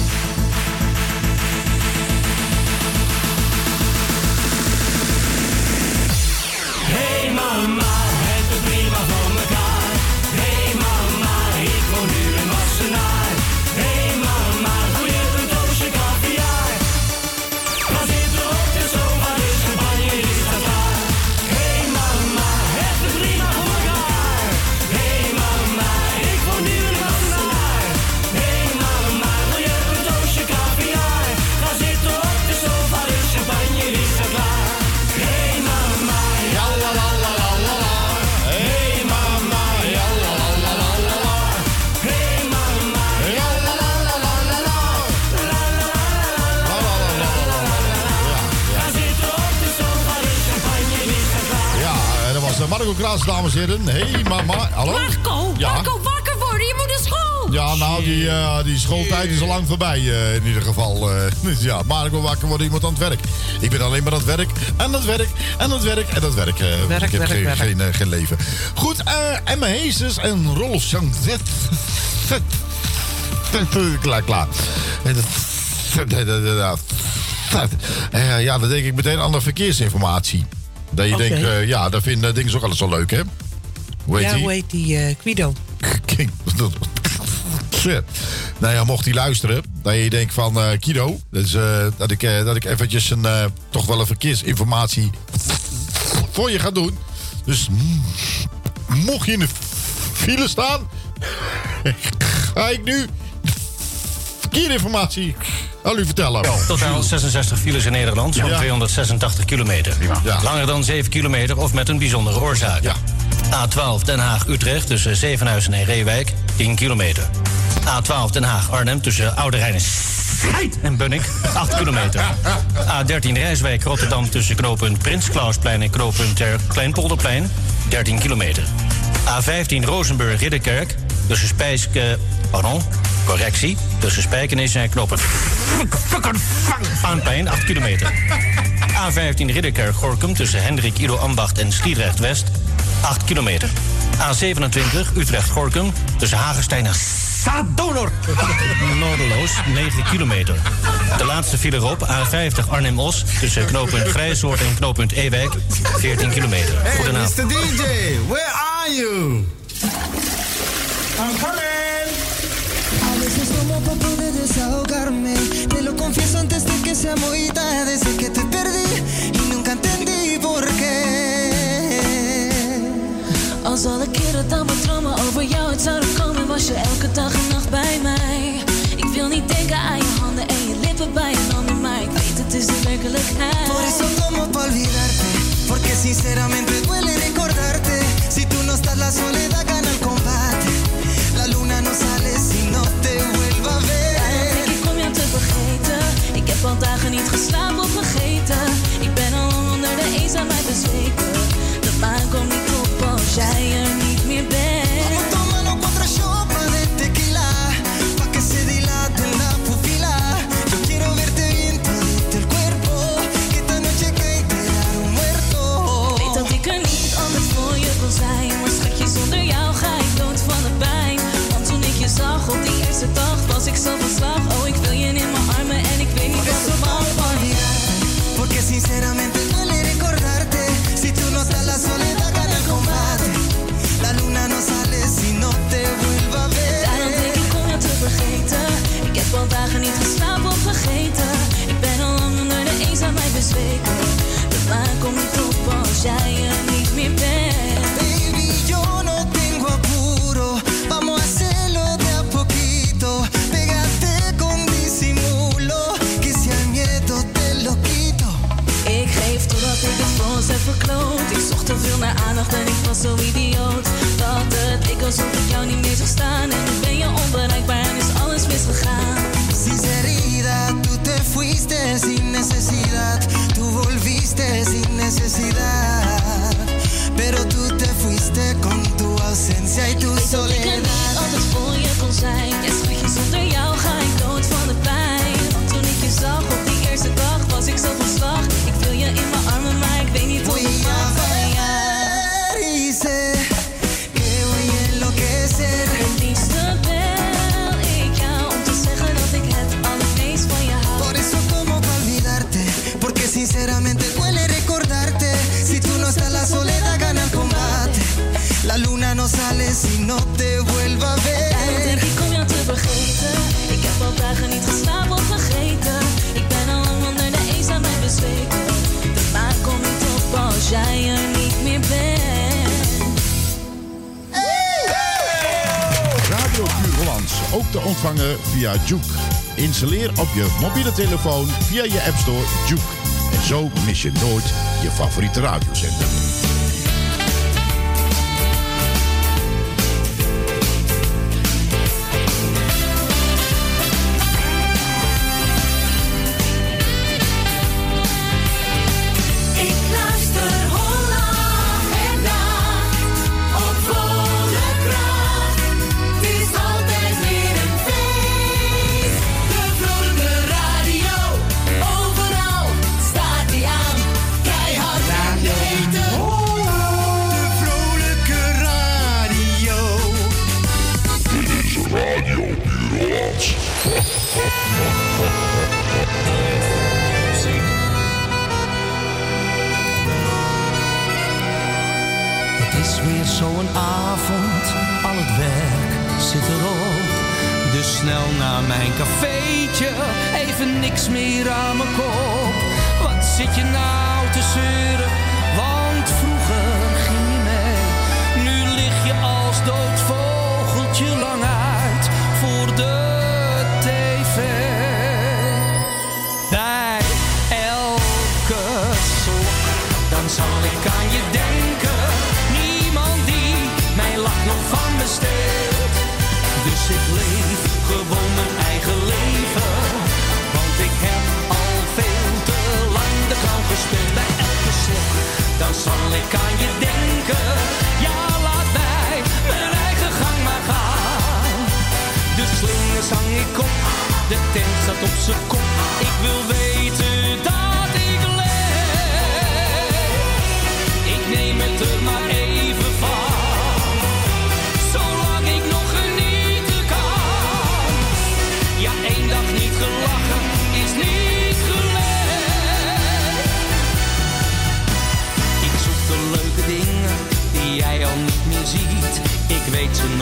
Hey mama, heb het prima voor mekaar. Hey mama, ik woon nu in Wassenaar. Hey mama, doe je een doosje caviar? Ga zitten op de sofa, de champagne ligt al klaar. Hey mama, heb het prima voor mekaar. Hey mama, ik woon nu in Wassenaar. Hey mama, doe je een doosje caviar? Ga zitten op de sofa, de champagne ligt al klaar. Hey mama, ja la la la la la la. Hey mama, ja la la la la la la. Hey mama, ja la la la la la la. La la la la la la. Ga zitten op de sofa, de champagne ligt al klaar. Ja, en dat was eh, Marco Kraas, dames en heren. Hey mama, hallo? Marco, Ja. Marco, wakker worden, je moet naar school. Ja, nou, die, eh, die schooltijd is al lang voorbij, eh, in ieder geval. eh. Dus ja, Marco, wakker wordt iemand aan het werk. Ik ben alleen maar aan het werk, en dat werk, en dat werk, en dat werk. eh, Werk, ik heb werk, geen, werk. Geen, eh, geen leven. Goed, eh Emma Heesters en Rolf Janzet. Klaar, klaar. En dat- Eh, Ja, dan denk ik meteen aan de verkeersinformatie. Dat je Oké. denkt, eh, ja, dat vinden dingen ook altijd zo leuk, hè? Hoe heet Ja, die? hoe heet die? eh, Guido. King. Shit. Nou ja, mocht hij luisteren, dat je denkt van eh Kido, dus, eh, dat, ik, eh, dat ik eventjes een, eh, toch wel een verkeersinformatie voor je ga doen. Dus mm, mocht je in de file staan, ga ik nu verkeersinformatie aan u vertellen. Totaal zesenzestig files in Nederland van Ja. tweehonderdzesentachtig kilometer. Ja. Langer dan zeven kilometer of met een bijzondere oorzaak. A twaalf Den Haag-Utrecht tussen Zevenhuizen en Reewijk, tien kilometer. A twaalf Den Haag-Arnhem tussen Oude Rijn en Schijt en Bunnik, acht kilometer. A dertien Rijswijk-Rotterdam tussen knooppunt Prins Klausplein en knooppunt Ter Kleinpolderplein, dertien kilometer. A vijftien Rozenburg-Ridderkerk tussen Spijsk... eh, pardon, correctie. Tussen Spijkenis en knooppunt Vaanplein, acht kilometer. A vijftien Ridderkerk-Gorkum tussen Hendrik Ido Ambacht en Sliedrecht-West, acht kilometer. A zevenentwintig Utrecht-Gorkum tussen Hagestein en Sadonor. Noorderloos, negen kilometer. De laatste file erop, A vijftig Arnhem-Os tussen knooppunt Grijsoord en knooppunt Ewijk, veertien kilometer. Hey, Goedenavond. mister D J, where are you? I'm coming. A veces tomo pa' poder desahogarme. Te lo confieso antes de que sea muy tarde. Sé que te perdí y nunca entendí por qué. Als alle keren dan mijn dromen over jou uit zouden komen, was je elke dag en nacht bij mij. Ik wil niet denken aan je handen en je lippen bij een ander, maar ik weet het is de werkelijkheid. Por eso tomo pa' olvidarte, porque sinceramente duele recordarte. Si tú no estás la soledad gana el combate. La luna no sale si no te vuelva a ver. Daarom denk ik om jou te vergeten. Ik heb al dagen niet geslapen of vergeten. Ik ben al lang onder de eenzaamheid bezweken. De maan komt niet op als jij er niet meer bent. Vamos tomando cuatro shots de tequila, pa' que se dilate la pupila. Yo quiero verte bien todito el cuerpo, que esta noche cae enterar un muerto. Weet dat ik er niet anders voor je kon zijn, maar schatje, zonder jou ga ik dood van de pijn. Want toen ik je zag op die eerste dag, was ik zo van slag. Oh, ik wil je in mijn armen en ik weet niet wat ik mag van je. Porque sinceramente duele recordarte. Si tú no estás la soledad gana el combate. La luna no sale si no te vuelva a ver. Daarom denk ik om jou te vergeten. Ik heb al dagen niet geslapen of vergeten. Ik ben al lang onder de eenzaamheid bezweken. De maan komt niet op als jij er niet meer bent. Baby, yo no tengo apuro. Vamos a hacerlo de a poquito. Pégate con disimulo, que si al miedo te lo quito. Ik geef totdat ik het voor ons heb verkloot. Ik zocht te veel naar aandacht en ik was zo idioot. Dat het ik alsof ik jou niet meer zag staan. En nu ben je onbereikbaar en is alles misgegaan. Sinceridad, tú te fuiste sin necesidad. Tú volviste sin necesidad. Pero tú te fuiste con tu ausencia y tu Ik weet dat ik er niet soledad. altijd voor je kon zijn. Ja, schatje, zonder jou ga ik dood van de pijn. Want toen ik je zag op die eerste dag, was ik zo van slag. Ik wil je in mijn armen, maar ik weet niet hoe ik mag van jou. Y sé que voy a enloquecer. Het liefste bel ik jou om te zeggen dat ik het allermeest van je hou. Por eso tomo pa' olvidarte, porque sinceramente duele recordarte. Si tú no estás la soledad gana el combate. La luna no sale si no te vuelva a ver. Daarom denk ik om jou te vergeten. Ik heb al dagen niet geslapen of vergeten. Ik ben al lang onder de eenzaamheid bezweken. De maan komt niet op als jij er niet meer bent. Radio Puur Hollands, ook te ontvangen via Juke. Installeer op je mobiele telefoon via je App Store Juke. En zo mis je nooit je favoriete radiozender. Ik luister Holland en nacht op volle kracht. Het is altijd weer een feest. De vrolijke radio, overal staat die aan. Keihard radio eten. De vrolijke radio. Dit is Radio Puur Hollands. Het is weer zo'n avond, al het werk zit erop. Dus snel naar mijn cafeetje, even niks meer aan mijn kop. Wat zit je nou te zeuren, want vroeger ging je mee. Nu lig je als dood vogeltje lang uit voor de tv. Bij elke slok, dan zal ik aan je denken. Niemand die mijn lach nog van me steelt. Dus ik leef gewoon mijn eigen leven. Want ik heb al veel te lang de clown gespeeld. Bij elke slok, dan zal ik aan je denken. Ja, laat mij mijn eigen gang maar gaan. De slingers hang ik op, de tent staat op z'n kop. Ik wil weten dat ik leef. Ik neem het er maar even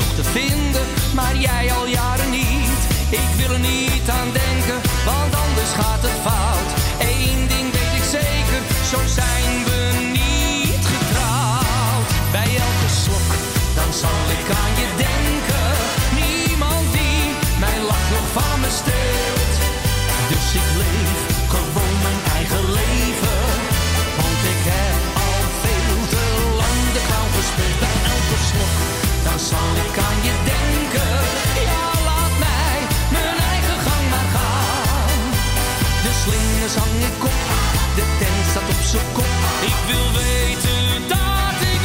nog te vinden, maar jij al jaren niet. Ik wil er niet aan denken, want anders gaat het fout. Eén ding weet ik zeker, zo zijn we niet getrouwd. Bij elke slok, dan zal ik aan je denken. Niemand die mijn lach nog van me steelt. Dus ik leef gewoon mijn eigen leven. Want ik heb al veel te lang de clown gespeeld. Bij elke slok, dan zal ik aan je denken. Ja, laat mij mijn eigen gang maar gaan. De slingers hang ik op, de tent staat op z'n kop. Ik wil weten dat ik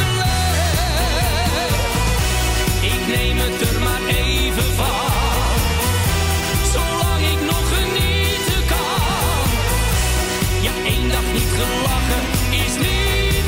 leef. Ik neem het er maar even van. Zolang ik nog genieten kan. Ja, één dag niet gelachen is niet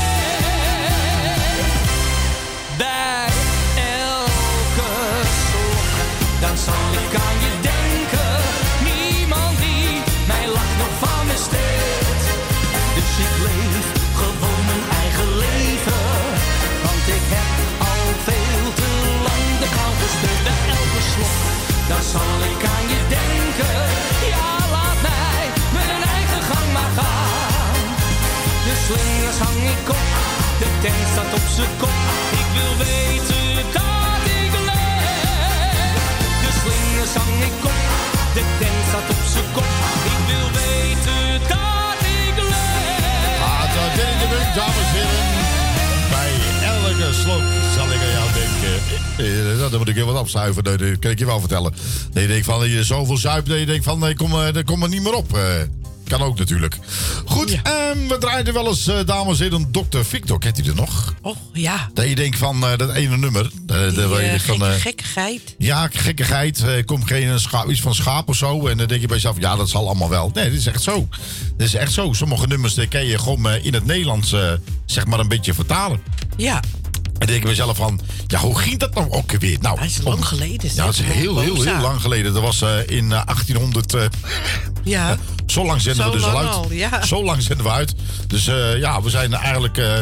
geleefd. Bij elke slok, dan zal ik aan je denken. Niemand die mijn lach nog van me steelt. Dus ik leef gewoon mijn eigen leven. Want ik heb al veel te lang de clown gespeeld. Bij elke slok, dan zal ik aan je denken. Ja, laat mij mijn eigen gang maar gaan. De slingers hang ik op, de tent staat op z'n kop. Ik wil weten dat ik leef. De slingers hang ik op, de tent staat op z'n kop. Ik wil weten dat ik leef. Ah, dat ben je leuk, dames en heren. Bij elke slok zal ik aan jou denken. Eh, Dat moet ik heel wat afzuiven, dat kan ik je wel vertellen. Nee, je denkt van, je zoveel zuipt, dat je denkt van, nee, kom, eh, dat komt er niet meer op. Eh, Kan ook natuurlijk. Goed, ja. um, we draaiden wel eens, uh, dames en heren, dokter Victor. Kent u er nog? Oh, ja. Dat je denkt van, uh, dat ene nummer. Uh, Die, waar je uh, denkt van, uh, gekke, gekkigheid. Ja, gekkigheid. Uh, komt geen scha- iets van schaap of zo. En dan denk je bij jezelf, ja, dat zal allemaal wel. Nee, dit is echt zo. Dit is echt zo. Sommige nummers die kan je gewoon uh, in het Nederlands, uh, zeg maar, een beetje vertalen. Ja. En dan denk ik mezelf van, ja, hoe ging dat nou ook weer? Nou, dat is lang om, geleden. Ja, dat is heel, heel, heel lang geleden. Dat was uh, in uh, achttienhonderd... Uh, ja. Uh, zo lang zenden zo we dus al uit. Al, ja. Zo lang zenden we uit. Dus uh, ja, we zijn eigenlijk... Uh,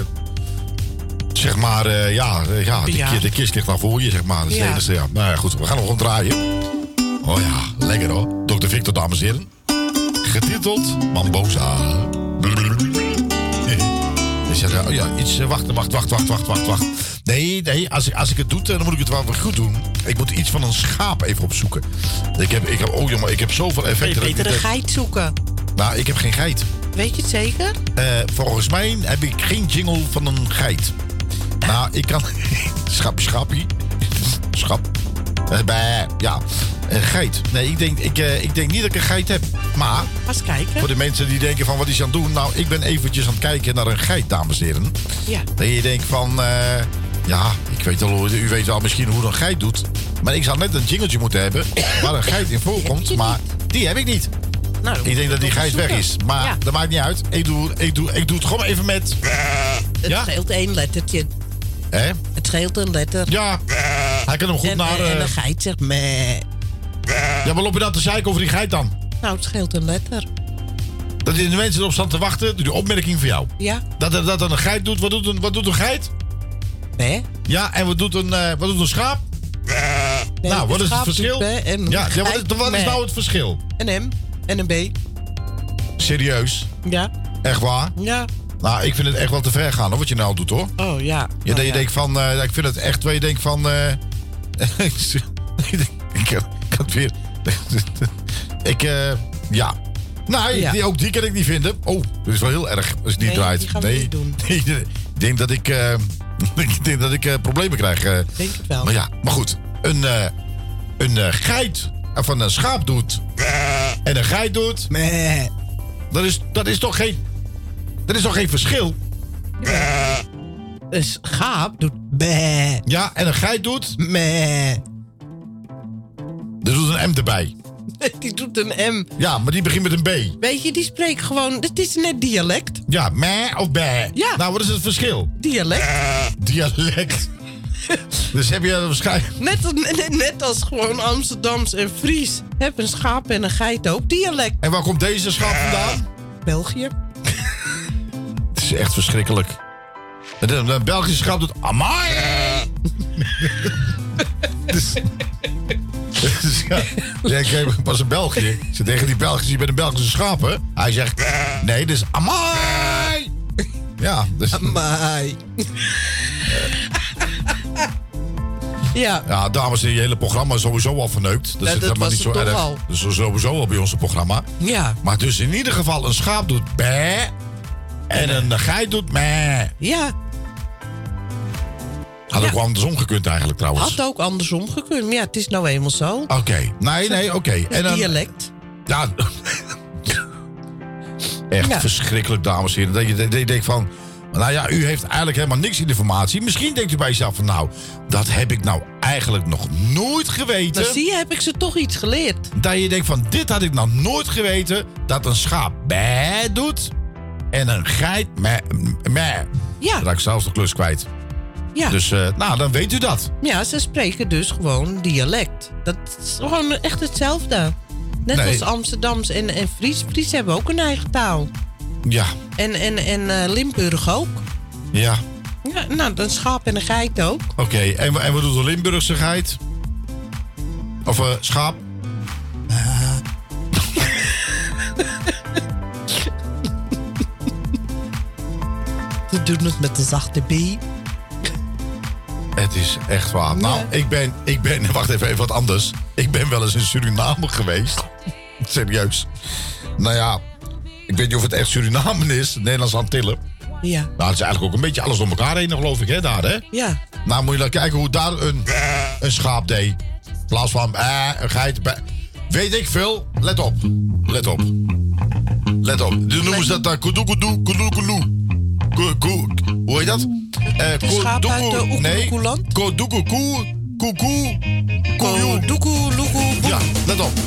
zeg maar, uh, ja, uh, ja de, ja. de kist ligt nou voor je, zeg maar. Dat is ja. Enige, ja. Nou ja, goed, we gaan nog gewoon draaien. Oh ja, lekker hoor. dokter Victor, dames en heren. Getiteld Mamboza. Oh ja, iets, wacht, wacht, wacht, wacht, wacht, wacht, wacht. Nee, nee, als ik, als ik het doe, dan moet ik het wel weer goed doen. Ik moet iets van een schaap even opzoeken. Ik heb, ik heb, oh jongen, ik heb zoveel effecten. Je beter een geit zoeken. Nou, ik heb geen geit. Weet je het zeker? Uh, volgens mij heb ik geen jingle van een geit. Nou, ik kan... Schapje, schapje. Schap. Uh, bij, ja, een geit. Nee, ik denk, ik, uh, ik denk niet dat ik een geit heb. Maar... Eens kijken. Voor de mensen die denken van, wat is hij aan het doen? Nou, ik ben eventjes aan het kijken naar een geit, dames en heren. Ja. Dat je denkt van... Uh, ja, ik weet al, u weet al misschien hoe een geit doet. Maar ik zou net een jingletje moeten hebben waar een geit in voorkomt. Maar die heb ik niet. Nou, ik denk dat die geit weg is. Maar ja. Dat maakt niet uit. Ik doe, ik, doe, ik doe het gewoon even met... Het ja? scheelt één lettertje. Hè? Het scheelt een letter. Ja, hij kan hem goed en, naar... En, uh... en een geit zegt meh. Ja, maar loop je dat te zeiken over die geit dan? Nou, het scheelt een letter. Dat de mensen erop staan te wachten, die opmerking voor jou. Ja. Dat dat, dat een geit doet. Wat doet een, wat doet een geit? Nee. Ja, en wat doet een, uh, wat doet een schaap? Nee, nou, wat is het verschil? En ja, ja, wat, is, wat is nou het verschil? Een M en een B. Serieus? Ja. Echt waar? Ja. Nou, ik vind het echt wel te ver gaan, hoor, wat je nou doet, hoor. Oh, ja. Ja, oh, dat je ja. denkt van, uh, ik vind het echt, waar je denkt van... Uh, ik kan het weer... ik, uh, ja... Nou, ja. die, ook die kan ik niet vinden. Oh, dat is wel heel erg als het niet nee, draait. Die gaan nee, we niet doen. Nee, ik denk dat ik, uh, ik, denk dat ik uh, problemen krijg. Uh. Denk het wel. Maar ja, maar goed. Een, uh, een uh, geit van een schaap doet. En een geit doet. Meh. Dat is, dat is toch geen. Dat is toch geen verschil? Ja. Een schaap doet. Meh. Ja, en een geit doet. Meh. Er doet een M erbij. Die doet een M. Ja, maar die begint met een B. Weet je, die spreekt gewoon... Het is net dialect. Ja, meh of bè. Ja. Nou, wat is het verschil? Dialect. Uh, dialect. Dus heb je waarschijnlijk... Net, net, net als gewoon Amsterdams en Fries. Heb een schaap en een geit ook dialect. En waar komt deze schaap vandaan? België. Het is echt verschrikkelijk. Een Belgische schaap doet... Amai! Dus, dus ja, ja, ik was in België. Ik zei tegen die Belgische, je bent een Belgische schaap, hè? Hij zegt, nee, dit is amai. Ja, dus... Amai. Ja. Ja, dames, die hele programma is sowieso al verneukt. Dat Ja, zit dat helemaal was niet het zo toch erg. al. Dat is sowieso al bij ons programma. Ja. Maar dus in ieder geval, een schaap doet bé. En een geit doet meh. Ja. Had Ja. ook wel andersom gekund eigenlijk trouwens. Had ook andersom gekund. Maar ja, het is nou eenmaal zo. Oké. Nee, nee, oké. En dan- Dialect. Ja. Echt Ja. verschrikkelijk, dames en heren. Dat je, dat je denkt van... Nou ja, u heeft eigenlijk helemaal niks informatie. Misschien denkt u bij jezelf van... Nou, dat heb ik nou eigenlijk nog nooit geweten. Dan zie je, heb ik ze toch iets geleerd. Dat je denkt van... Dit had ik nog nooit geweten. Dat een schaap bé doet. En een geit meh. meh. Ja. Dan raak ik zelfs de klus kwijt. Ja. Dus, eh, nou, dan weet u dat. Ja, ze spreken dus gewoon dialect. Dat is gewoon echt hetzelfde. Net Nee. als Amsterdams en, en Fries. Fries hebben ook een eigen taal. Ja. En, en, en eh, Limburg ook. Ja. Ja, nou, een schaap en een geit ook. Oké, en, en wat doet de Limburgse geit? Of eh, schaap? Ze doen het met de zachte B. Het is echt waar. Nou, ik ben, ik ben... Wacht even, even wat anders. Ik ben wel eens in Suriname geweest. Serieus. Nou ja, ik weet niet of het echt Suriname is. Nederlands Antillen. Ja. Nou, het is eigenlijk ook een beetje alles door elkaar heen, geloof ik, hè, daar, hè? Ja. Nou, moet je dan kijken hoe daar een, een schaap deed. In plaats van eh, een geit. Beh. Weet ik veel. Let op. Let op. Let op. Dus noemen ze dat daar kudukudu, kudukudu. Ku- ku- Hoe heet dat? Eh, Schaap uit de kuduku- Nee. Oekoekoeland? Kudukuku. Kuku. Kuju. Doekoe, loekoe, Ja, let op.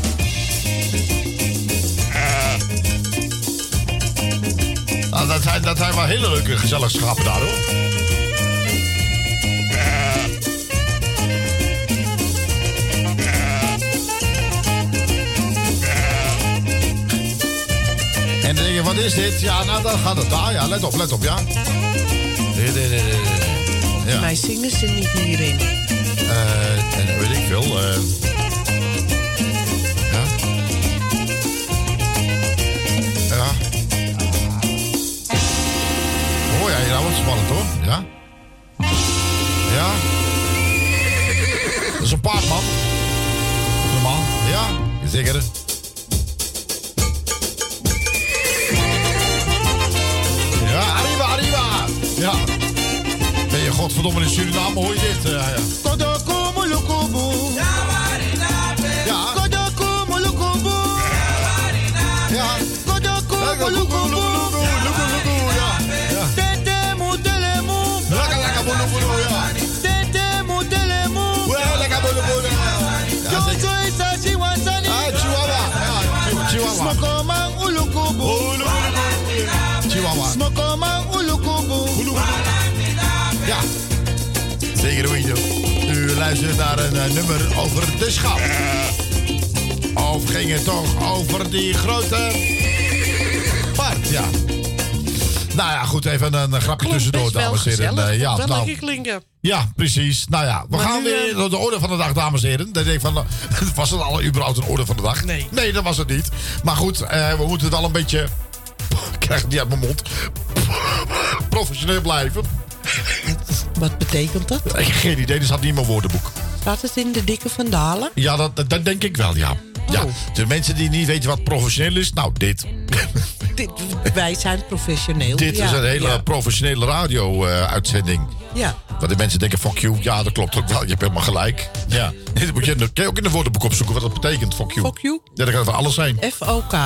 Nou, dat, zijn, dat zijn wel hele leuke, gezellige schapen daar, hoor. En dan denk je, wat is dit? Ja, nou, dan gaat het daar. Ja, let op, let op, ja. Dit, dit, dit, dit. Ja. Mij zingen ze niet hierin. Eh, en weet ik veel. eh. ja. Ja. Oh ja, nou wordt spannend hoor. Ja. Ja. Dat is een paard, man. Normaal. Ja, zeker. Ja, arriba, arriba. Ja. Ben je godverdomme in Suriname, hoor je dit? Uh, ja. Kodoko mulukubu. Ja. Kodoko mulukubu. Ja. Kodoko mulukubu. Ja. Tete mutelemu. Lekker, lekker, boelo, boelo, ja. Tete mutelemu. Ja, lekker, boelo, boelo. Ja, zeker. Jojo isa chiwansani. Ah, Chihuahua. Ja, chi- Chihuahua. Smokoman ulukubu. Chihuahua. Smokoman ulukubu. Ja. Zeker weten. U luistert naar een uh, nummer over de schap. Of ging het toch over die grote paard? Ja. Nou ja, goed, even een, een grapje tussendoor, dames en heren. Uh, ja, wel nou, lekker klinken. ja, precies. Nou ja, we Maar gaan nu, weer uh, naar de orde van de dag, dames en heren. Dan denk ik van, uh, was het al überhaupt een orde van de dag? Nee. Nee, dat was het niet. Maar goed, uh, we moeten wel een beetje... Ik krijg het niet uit mijn mond. Professioneel blijven. Wat betekent dat? Ik heb geen idee, er staat niet in mijn woordenboek. Staat het in de dikke vandalen? Ja, dat, dat, dat denk ik wel, ja. ja. De mensen die niet weten wat professioneel is, nou, dit. Dit, wij zijn professioneel. Dit ja. is een hele Ja. professionele radio-uitzending. Ja. Waar de mensen denken, fuck you. Ja, dat klopt ook wel. Je hebt helemaal gelijk. Ja. Dat moet je, kan je ook in een woordenboek opzoeken wat dat betekent, fuck you. Fuck you? Ja, dat kan van alles zijn. F O K.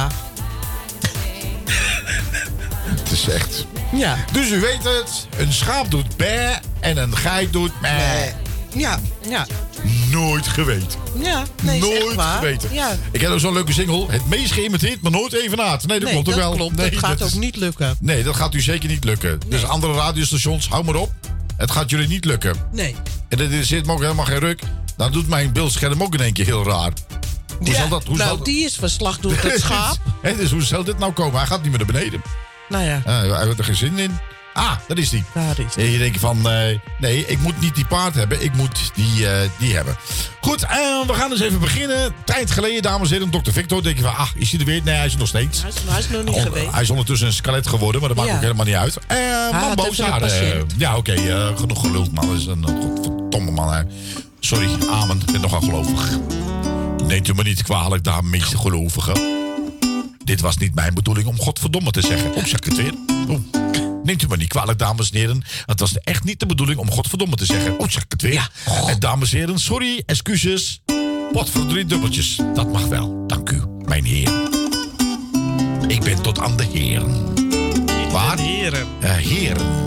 Het is echt... Ja. Dus u weet het. Een schaap doet bé en een geit doet meh. Ja, ja. Nooit geweten. Ja, nee, is echt Nooit waar. geweten. Ja. Ik heb ook zo'n leuke single. Het meest geïmiteerd, maar nooit evenaard. Nee, dat Nee, klopt ook dat wel. klopt. Nee, Dat gaat is- ook niet lukken. Nee, dat gaat u zeker niet lukken. Dus andere radiostations, hou maar op. Het gaat jullie niet lukken. Nee. En er zit me ook helemaal geen ruk. Dan doet mijn beeldscherm ook in één keer heel raar. Hoe Ja, zal dat... Hoe nou, zal... die is verslag door het schaap. Hè, dus hoe zal dit nou komen? Hij gaat niet meer naar beneden. Nou ja. Ja, hij heeft er geen zin in. Ah, dat is die. Daar is En je denkt van, uh, nee, ik moet niet die paard hebben. Ik moet die, uh, die hebben. Goed, uh, we gaan dus even beginnen. Tijd geleden, dames en heren, dokter Victor. Denk je van, ah, is hij er weer? Nee, hij is er nog steeds. Hij is, hij is nog niet On, geweest. Hij is ondertussen een skelet geworden, maar dat maakt Ja. ook helemaal niet uit. Uh, man, boos. Ja, uh, ja oké, okay, uh, genoeg geluld, man. Dat is een uh, godverdomme man. Hè. Sorry, amen. Ik ben nogal gelovig. Neemt u me niet kwalijk, dames gelovigen. Dit was niet mijn bedoeling om godverdomme te zeggen. Oh, zeg ik het weer? Oh. Neemt u me niet kwalijk, dames en heren. Het was echt niet de bedoeling om godverdomme te zeggen. Oh, zeg ik het weer? Ja. Oh. En dames en heren, sorry, excuses. Pot voor drie dubbeltjes. Dat mag wel. Dank u, mijn heer. Ik ben tot aan de heren. Waar? Heren. Uh, heren.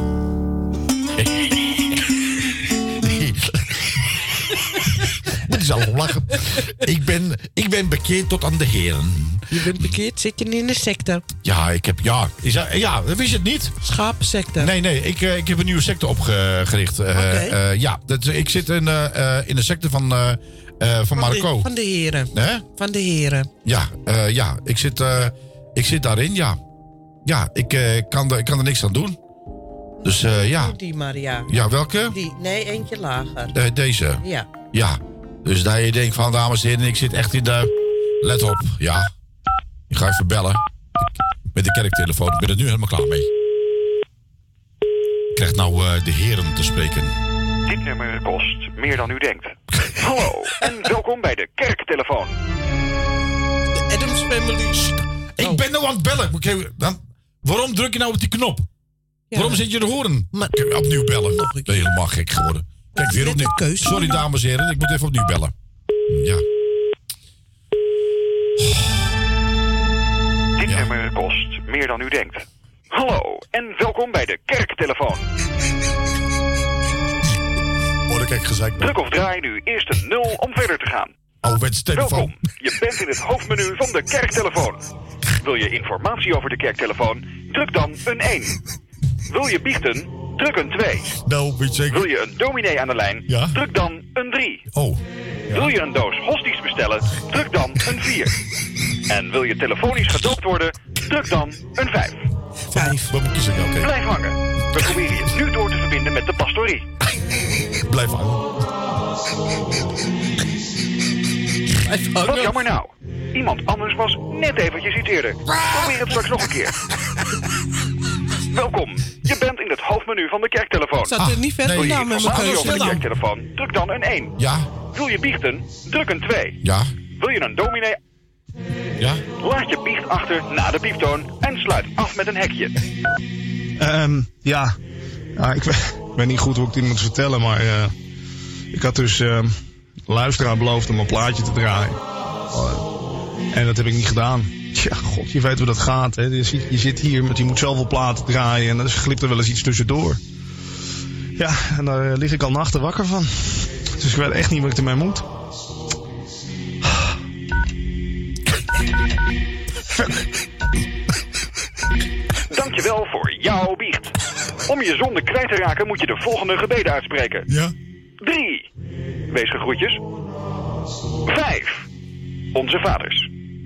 Moet je zelf om lachen. Ik ben, ik ben bekeerd tot aan de heren. Je bent bekeerd, zit je in de secte? Ja, ik heb, ja, is dat, ja, wist je het niet? Schapensecte. Nee, nee, ik, uh, ik heb een nieuwe secte opgericht. Uh, Okay. uh, ja, dat, ik zit in, uh, uh, in de secte van, uh, uh, van, van Marco. De, van de heren. Hè? Van de heren. Ja, uh, ja, ik zit, uh, ik zit daarin, ja. Ja, ik, uh, kan, er, ik kan er niks aan doen. Dus uh, ja. Die Maria. Ja, welke? Die, nee, eentje lager. Uh, deze? Ja. Ja. Dus daar je denkt van, dames en heren, ik zit echt in de... Let op, ja. Ik ga even bellen. Met de kerktelefoon. Ik ben er nu helemaal klaar mee. Ik krijg nou uh, de heren te spreken. Dit nummer kost meer dan u denkt. Hallo en welkom bij de kerktelefoon. De Addams Family. Ik ben nou aan het bellen. Okay, dan, waarom druk je nou op die knop? Ja. Waarom zit je te horen? Maar... Ik opnieuw bellen. Ik ben helemaal gek geworden. Kijk, weer opnieuw. Sorry, dames en heren. Ik moet even opnieuw bellen. Ja. Dit ja. nummer kost meer dan u denkt. Hallo en welkom bij de kerktelefoon. Oh, dan kijk ik gezeik. Druk of draai nu eerst een nul om verder te gaan. Oh, wenstelefoon. Welkom, je bent in het hoofdmenu van de kerktelefoon. Wil je informatie over de kerktelefoon? Druk dan een één. Wil je biechten? Druk een twee. Nou, weet je zeker. Wil je een dominee aan de lijn? Ja? Druk dan een drie. Oh. Ja. Wil je een doos hosties bestellen? Druk dan een vier. En wil je telefonisch gedoopt worden? Druk dan een vijf. Vijf. Wat moet je zeggen? Okay. Blijf hangen. We proberen je nu door te verbinden met de pastorie. Blijf hangen. Blijf hangen. Wat jammer nou. Iemand anders was net eventjes iets eerder. Probeer het straks nog een keer. Welkom. Je bent in het hoofdmenu van de kerktelefoon. Zat er niet verder Wil je nou met mijn informatie over de keuze? kerktelefoon? Druk dan een één. Ja. Wil je biechten? Druk een twee. Ja. Wil je een dominee? Ja. Laat je biecht achter na de pieptoon en sluit af met een hekje. Um, ja. ja ik, weet, ik weet niet goed hoe ik dit moet vertellen, maar uh, ik had dus uh, luisteraar beloofd om een plaatje te draaien. Uh, en dat heb ik niet gedaan. Ja, god, je weet hoe dat gaat. Hè. Je, zit, je zit hier, met je moet zoveel platen draaien en dan glipt er wel eens iets tussendoor. Ja, en daar lig ik al nachten wakker van. Dus ik weet echt niet wat ik ermee moet. Dankjewel voor jouw biecht. Om je zonde kwijt te raken moet je de volgende gebeden uitspreken. Ja. Drie. Wees gegroetjes. Vijf. Onze vaders.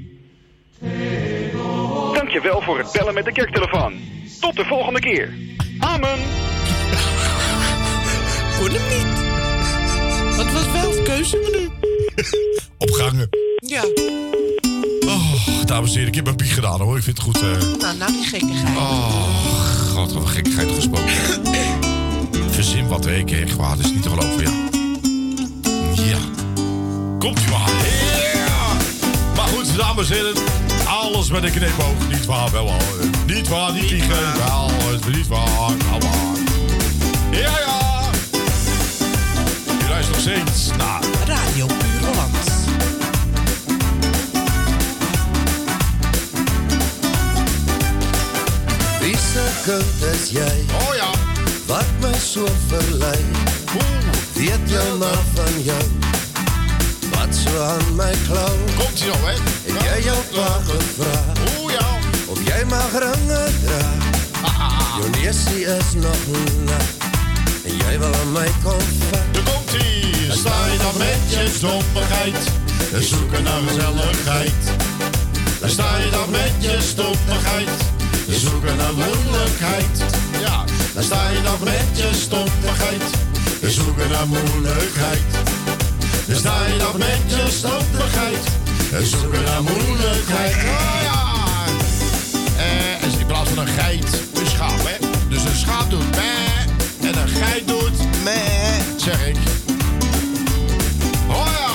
Dankjewel voor het bellen met de kerktelefoon. Tot de volgende keer. Amen. Kon hem niet. Wat was wel het keuzemenu? Opgangen. Ja. Oh, dames en heren, ik heb mijn biecht gedaan hoor. Ik vind het goed. Uh... Nou, nou die gekkigheid. Oh, god, wat een gekkigheid gesproken. Verzin wat week, echt waar. Dat is niet te geloven, ja. Ja. Komt u maar. Yeah. Maar goed, dames en heren. Alles met een knipoog. Niet waar, wel waar. Niet waar, niet liegen. Wel, het is niet waar. Wel waar. Ja, ja. U luistert nog steeds naar Radio Puur Holland. Wie se kind is jy? Oh ja. Wat my so verlei. Weet jy maar van jou? Wat so aan my klauw? Komt ie nou, hè? En jy jou pa gevra? O ja. Of jy mag ringe dra? Jou neesie is nog nat. En jy wil aan my kom vat. Er komt ie. Dan sta je dan met je stompigheid. En zoeken naar gezelligheid. Dan sta je dan met je stompigheid. Je zoekt naar moeilijkheid. Ja, dan sta je nog met je stompigheid. Je zoekt naar moeilijkheid. Dan sta je nog met je stompigheid. Je zoekt naar moeilijkheid. Oh ja. Eh, en in plaats van een geit, een schaap, hè. Dus een schaap doet meh en een geit doet meh, zeg ik. Oh ja.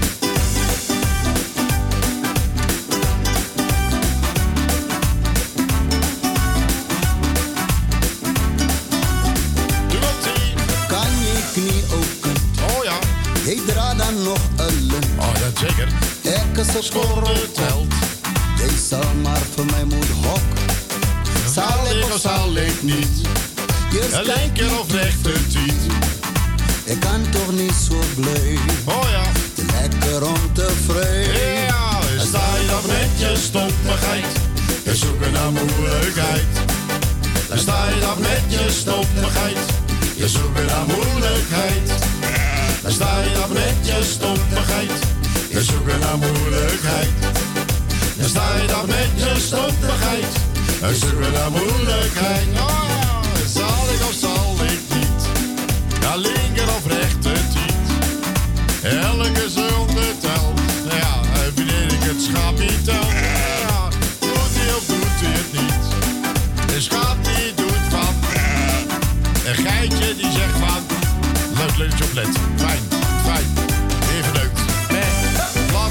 Kan je knie open? Oh ja. Ik draai dan nog een lun. Oh, dat zeker. Elke seconde telt. Deze zal maar voor mij moet hok. Zal ik of zal ik niet? Een linker of rechter tiet. Ik kan toch niet zo blij. Oh ja. Lekker ontevreden. Ja, dan sta je nog met je stompigheid. Je zoekt naar moeilijkheid. Dan sta je nog met je stompigheid. Je zoekt naar moeilijkheid. Dan sta je nog met je stompigheid. Je zoekt naar moeilijkheid. Dan sta je nog met je stompigheid. Je zoekt naar moeilijkheid. Oh ja, zal ik of zal ik niet? Ja, linker of rechter tiet. Elke zonde telt. Ja, wanneer ik het schaap niet tel. Ja, doet hij of doet hij het niet? De schaap die doet van. Een geitje die zegt van. Leuk, leuk, choplet. Fijn, fijn. Even leuk. Nee, plat.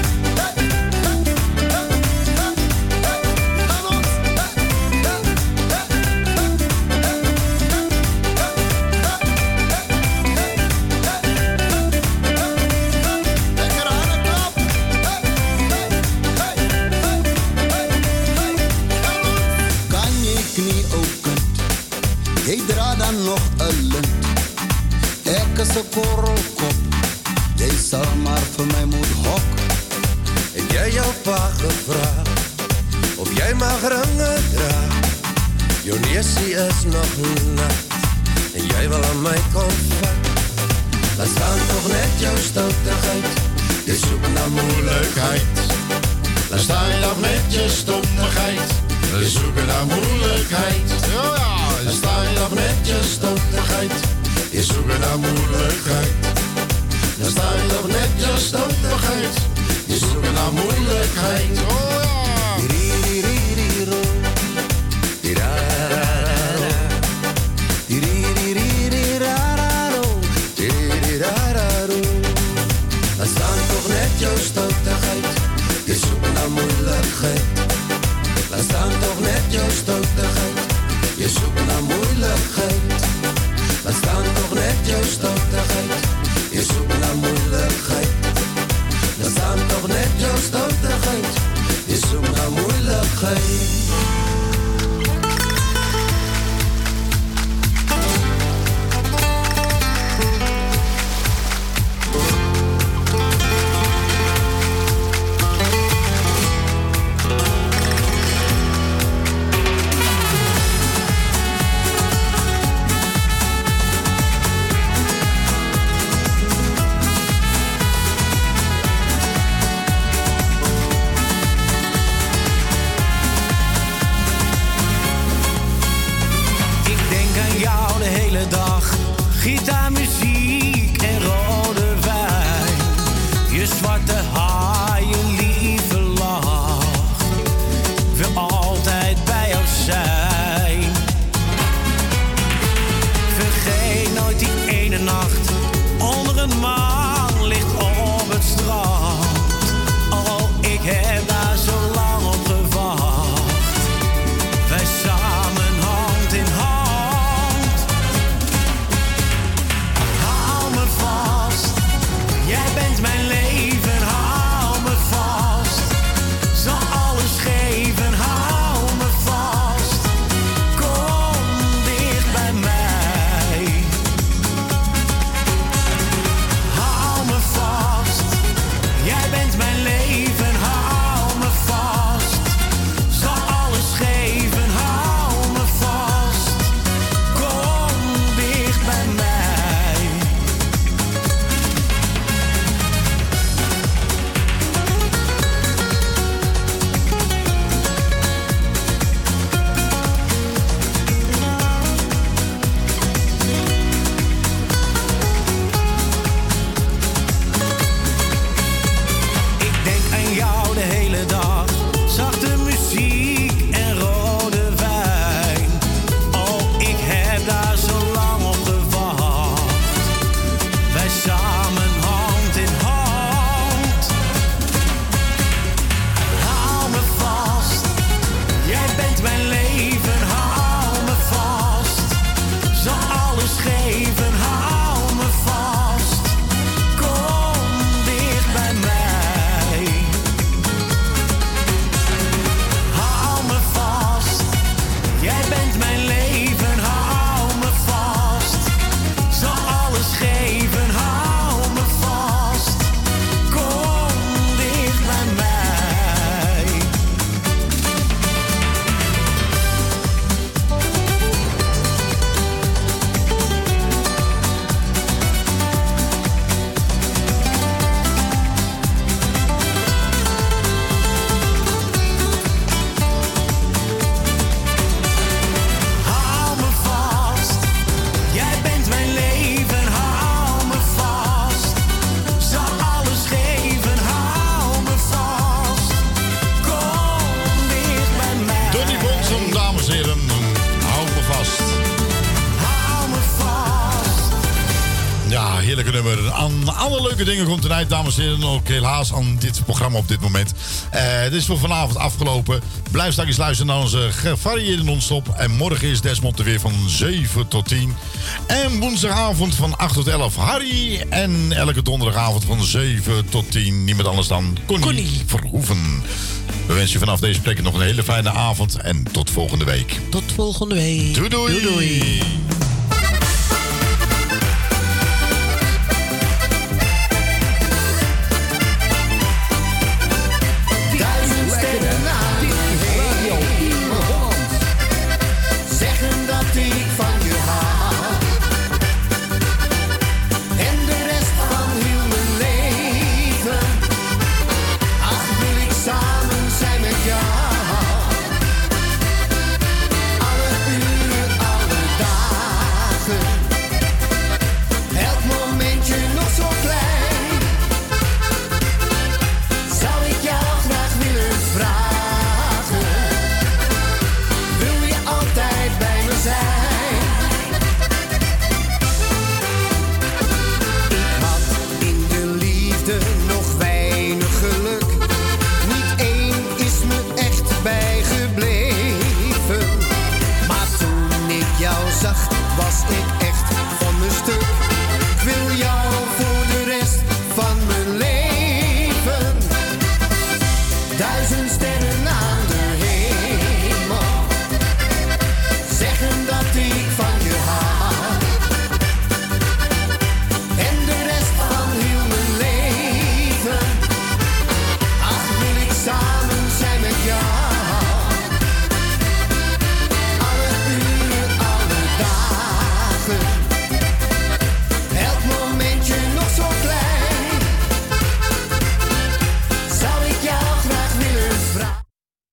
Ik draai dan nog een lint. Elke se korrelkop. Jij zal maar voor mij moet hok. Ik jij jouw pa gevraagd of jij mag rangen draagt. Jonessie is nog nacht en jij wil aan mij contact. Laat staan toch net jouw stoutigheid. Je zoekt naar moeilijkheid. Dan sta je nog met je stompigheid. Je zoekt naar moeilijkheid. Oh ja. Dan sta je nog met je stompigheid. Je zoekt naar moeilijkheid. Dan sta je nog met je stompigheid. Je zoekt naar moeilijkheid. Oh ja. Dan staan toch net jouw stoutigheid. Je zoekt naar moeilijkheid. Dan staan toch net jouw stoutigheid. Je zoekt naar moeilijkheid. Laat staan toch net jouw stoutigheid. Je zoekt naar moeilijkheid. Laat staan toch net jouw stoutigheid. Je zoekt naar moeilijkheid. alle leuke dingen komt eruit, dames en heren. Ook helaas aan dit programma op dit moment. Uh, dit is voor vanavond afgelopen. Blijf straks luisteren naar onze gevarieerde non-stop. En morgen is Desmond er weer van zeven tot tien. En woensdagavond van acht tot elf Harry. En elke donderdagavond van zeven tot tien niemand anders dan Connie, Connie. Verhoeven. We wensen je vanaf deze plek nog een hele fijne avond. En tot volgende week. Tot volgende week. Doei doei. Doei, doei. Ik had in de liefde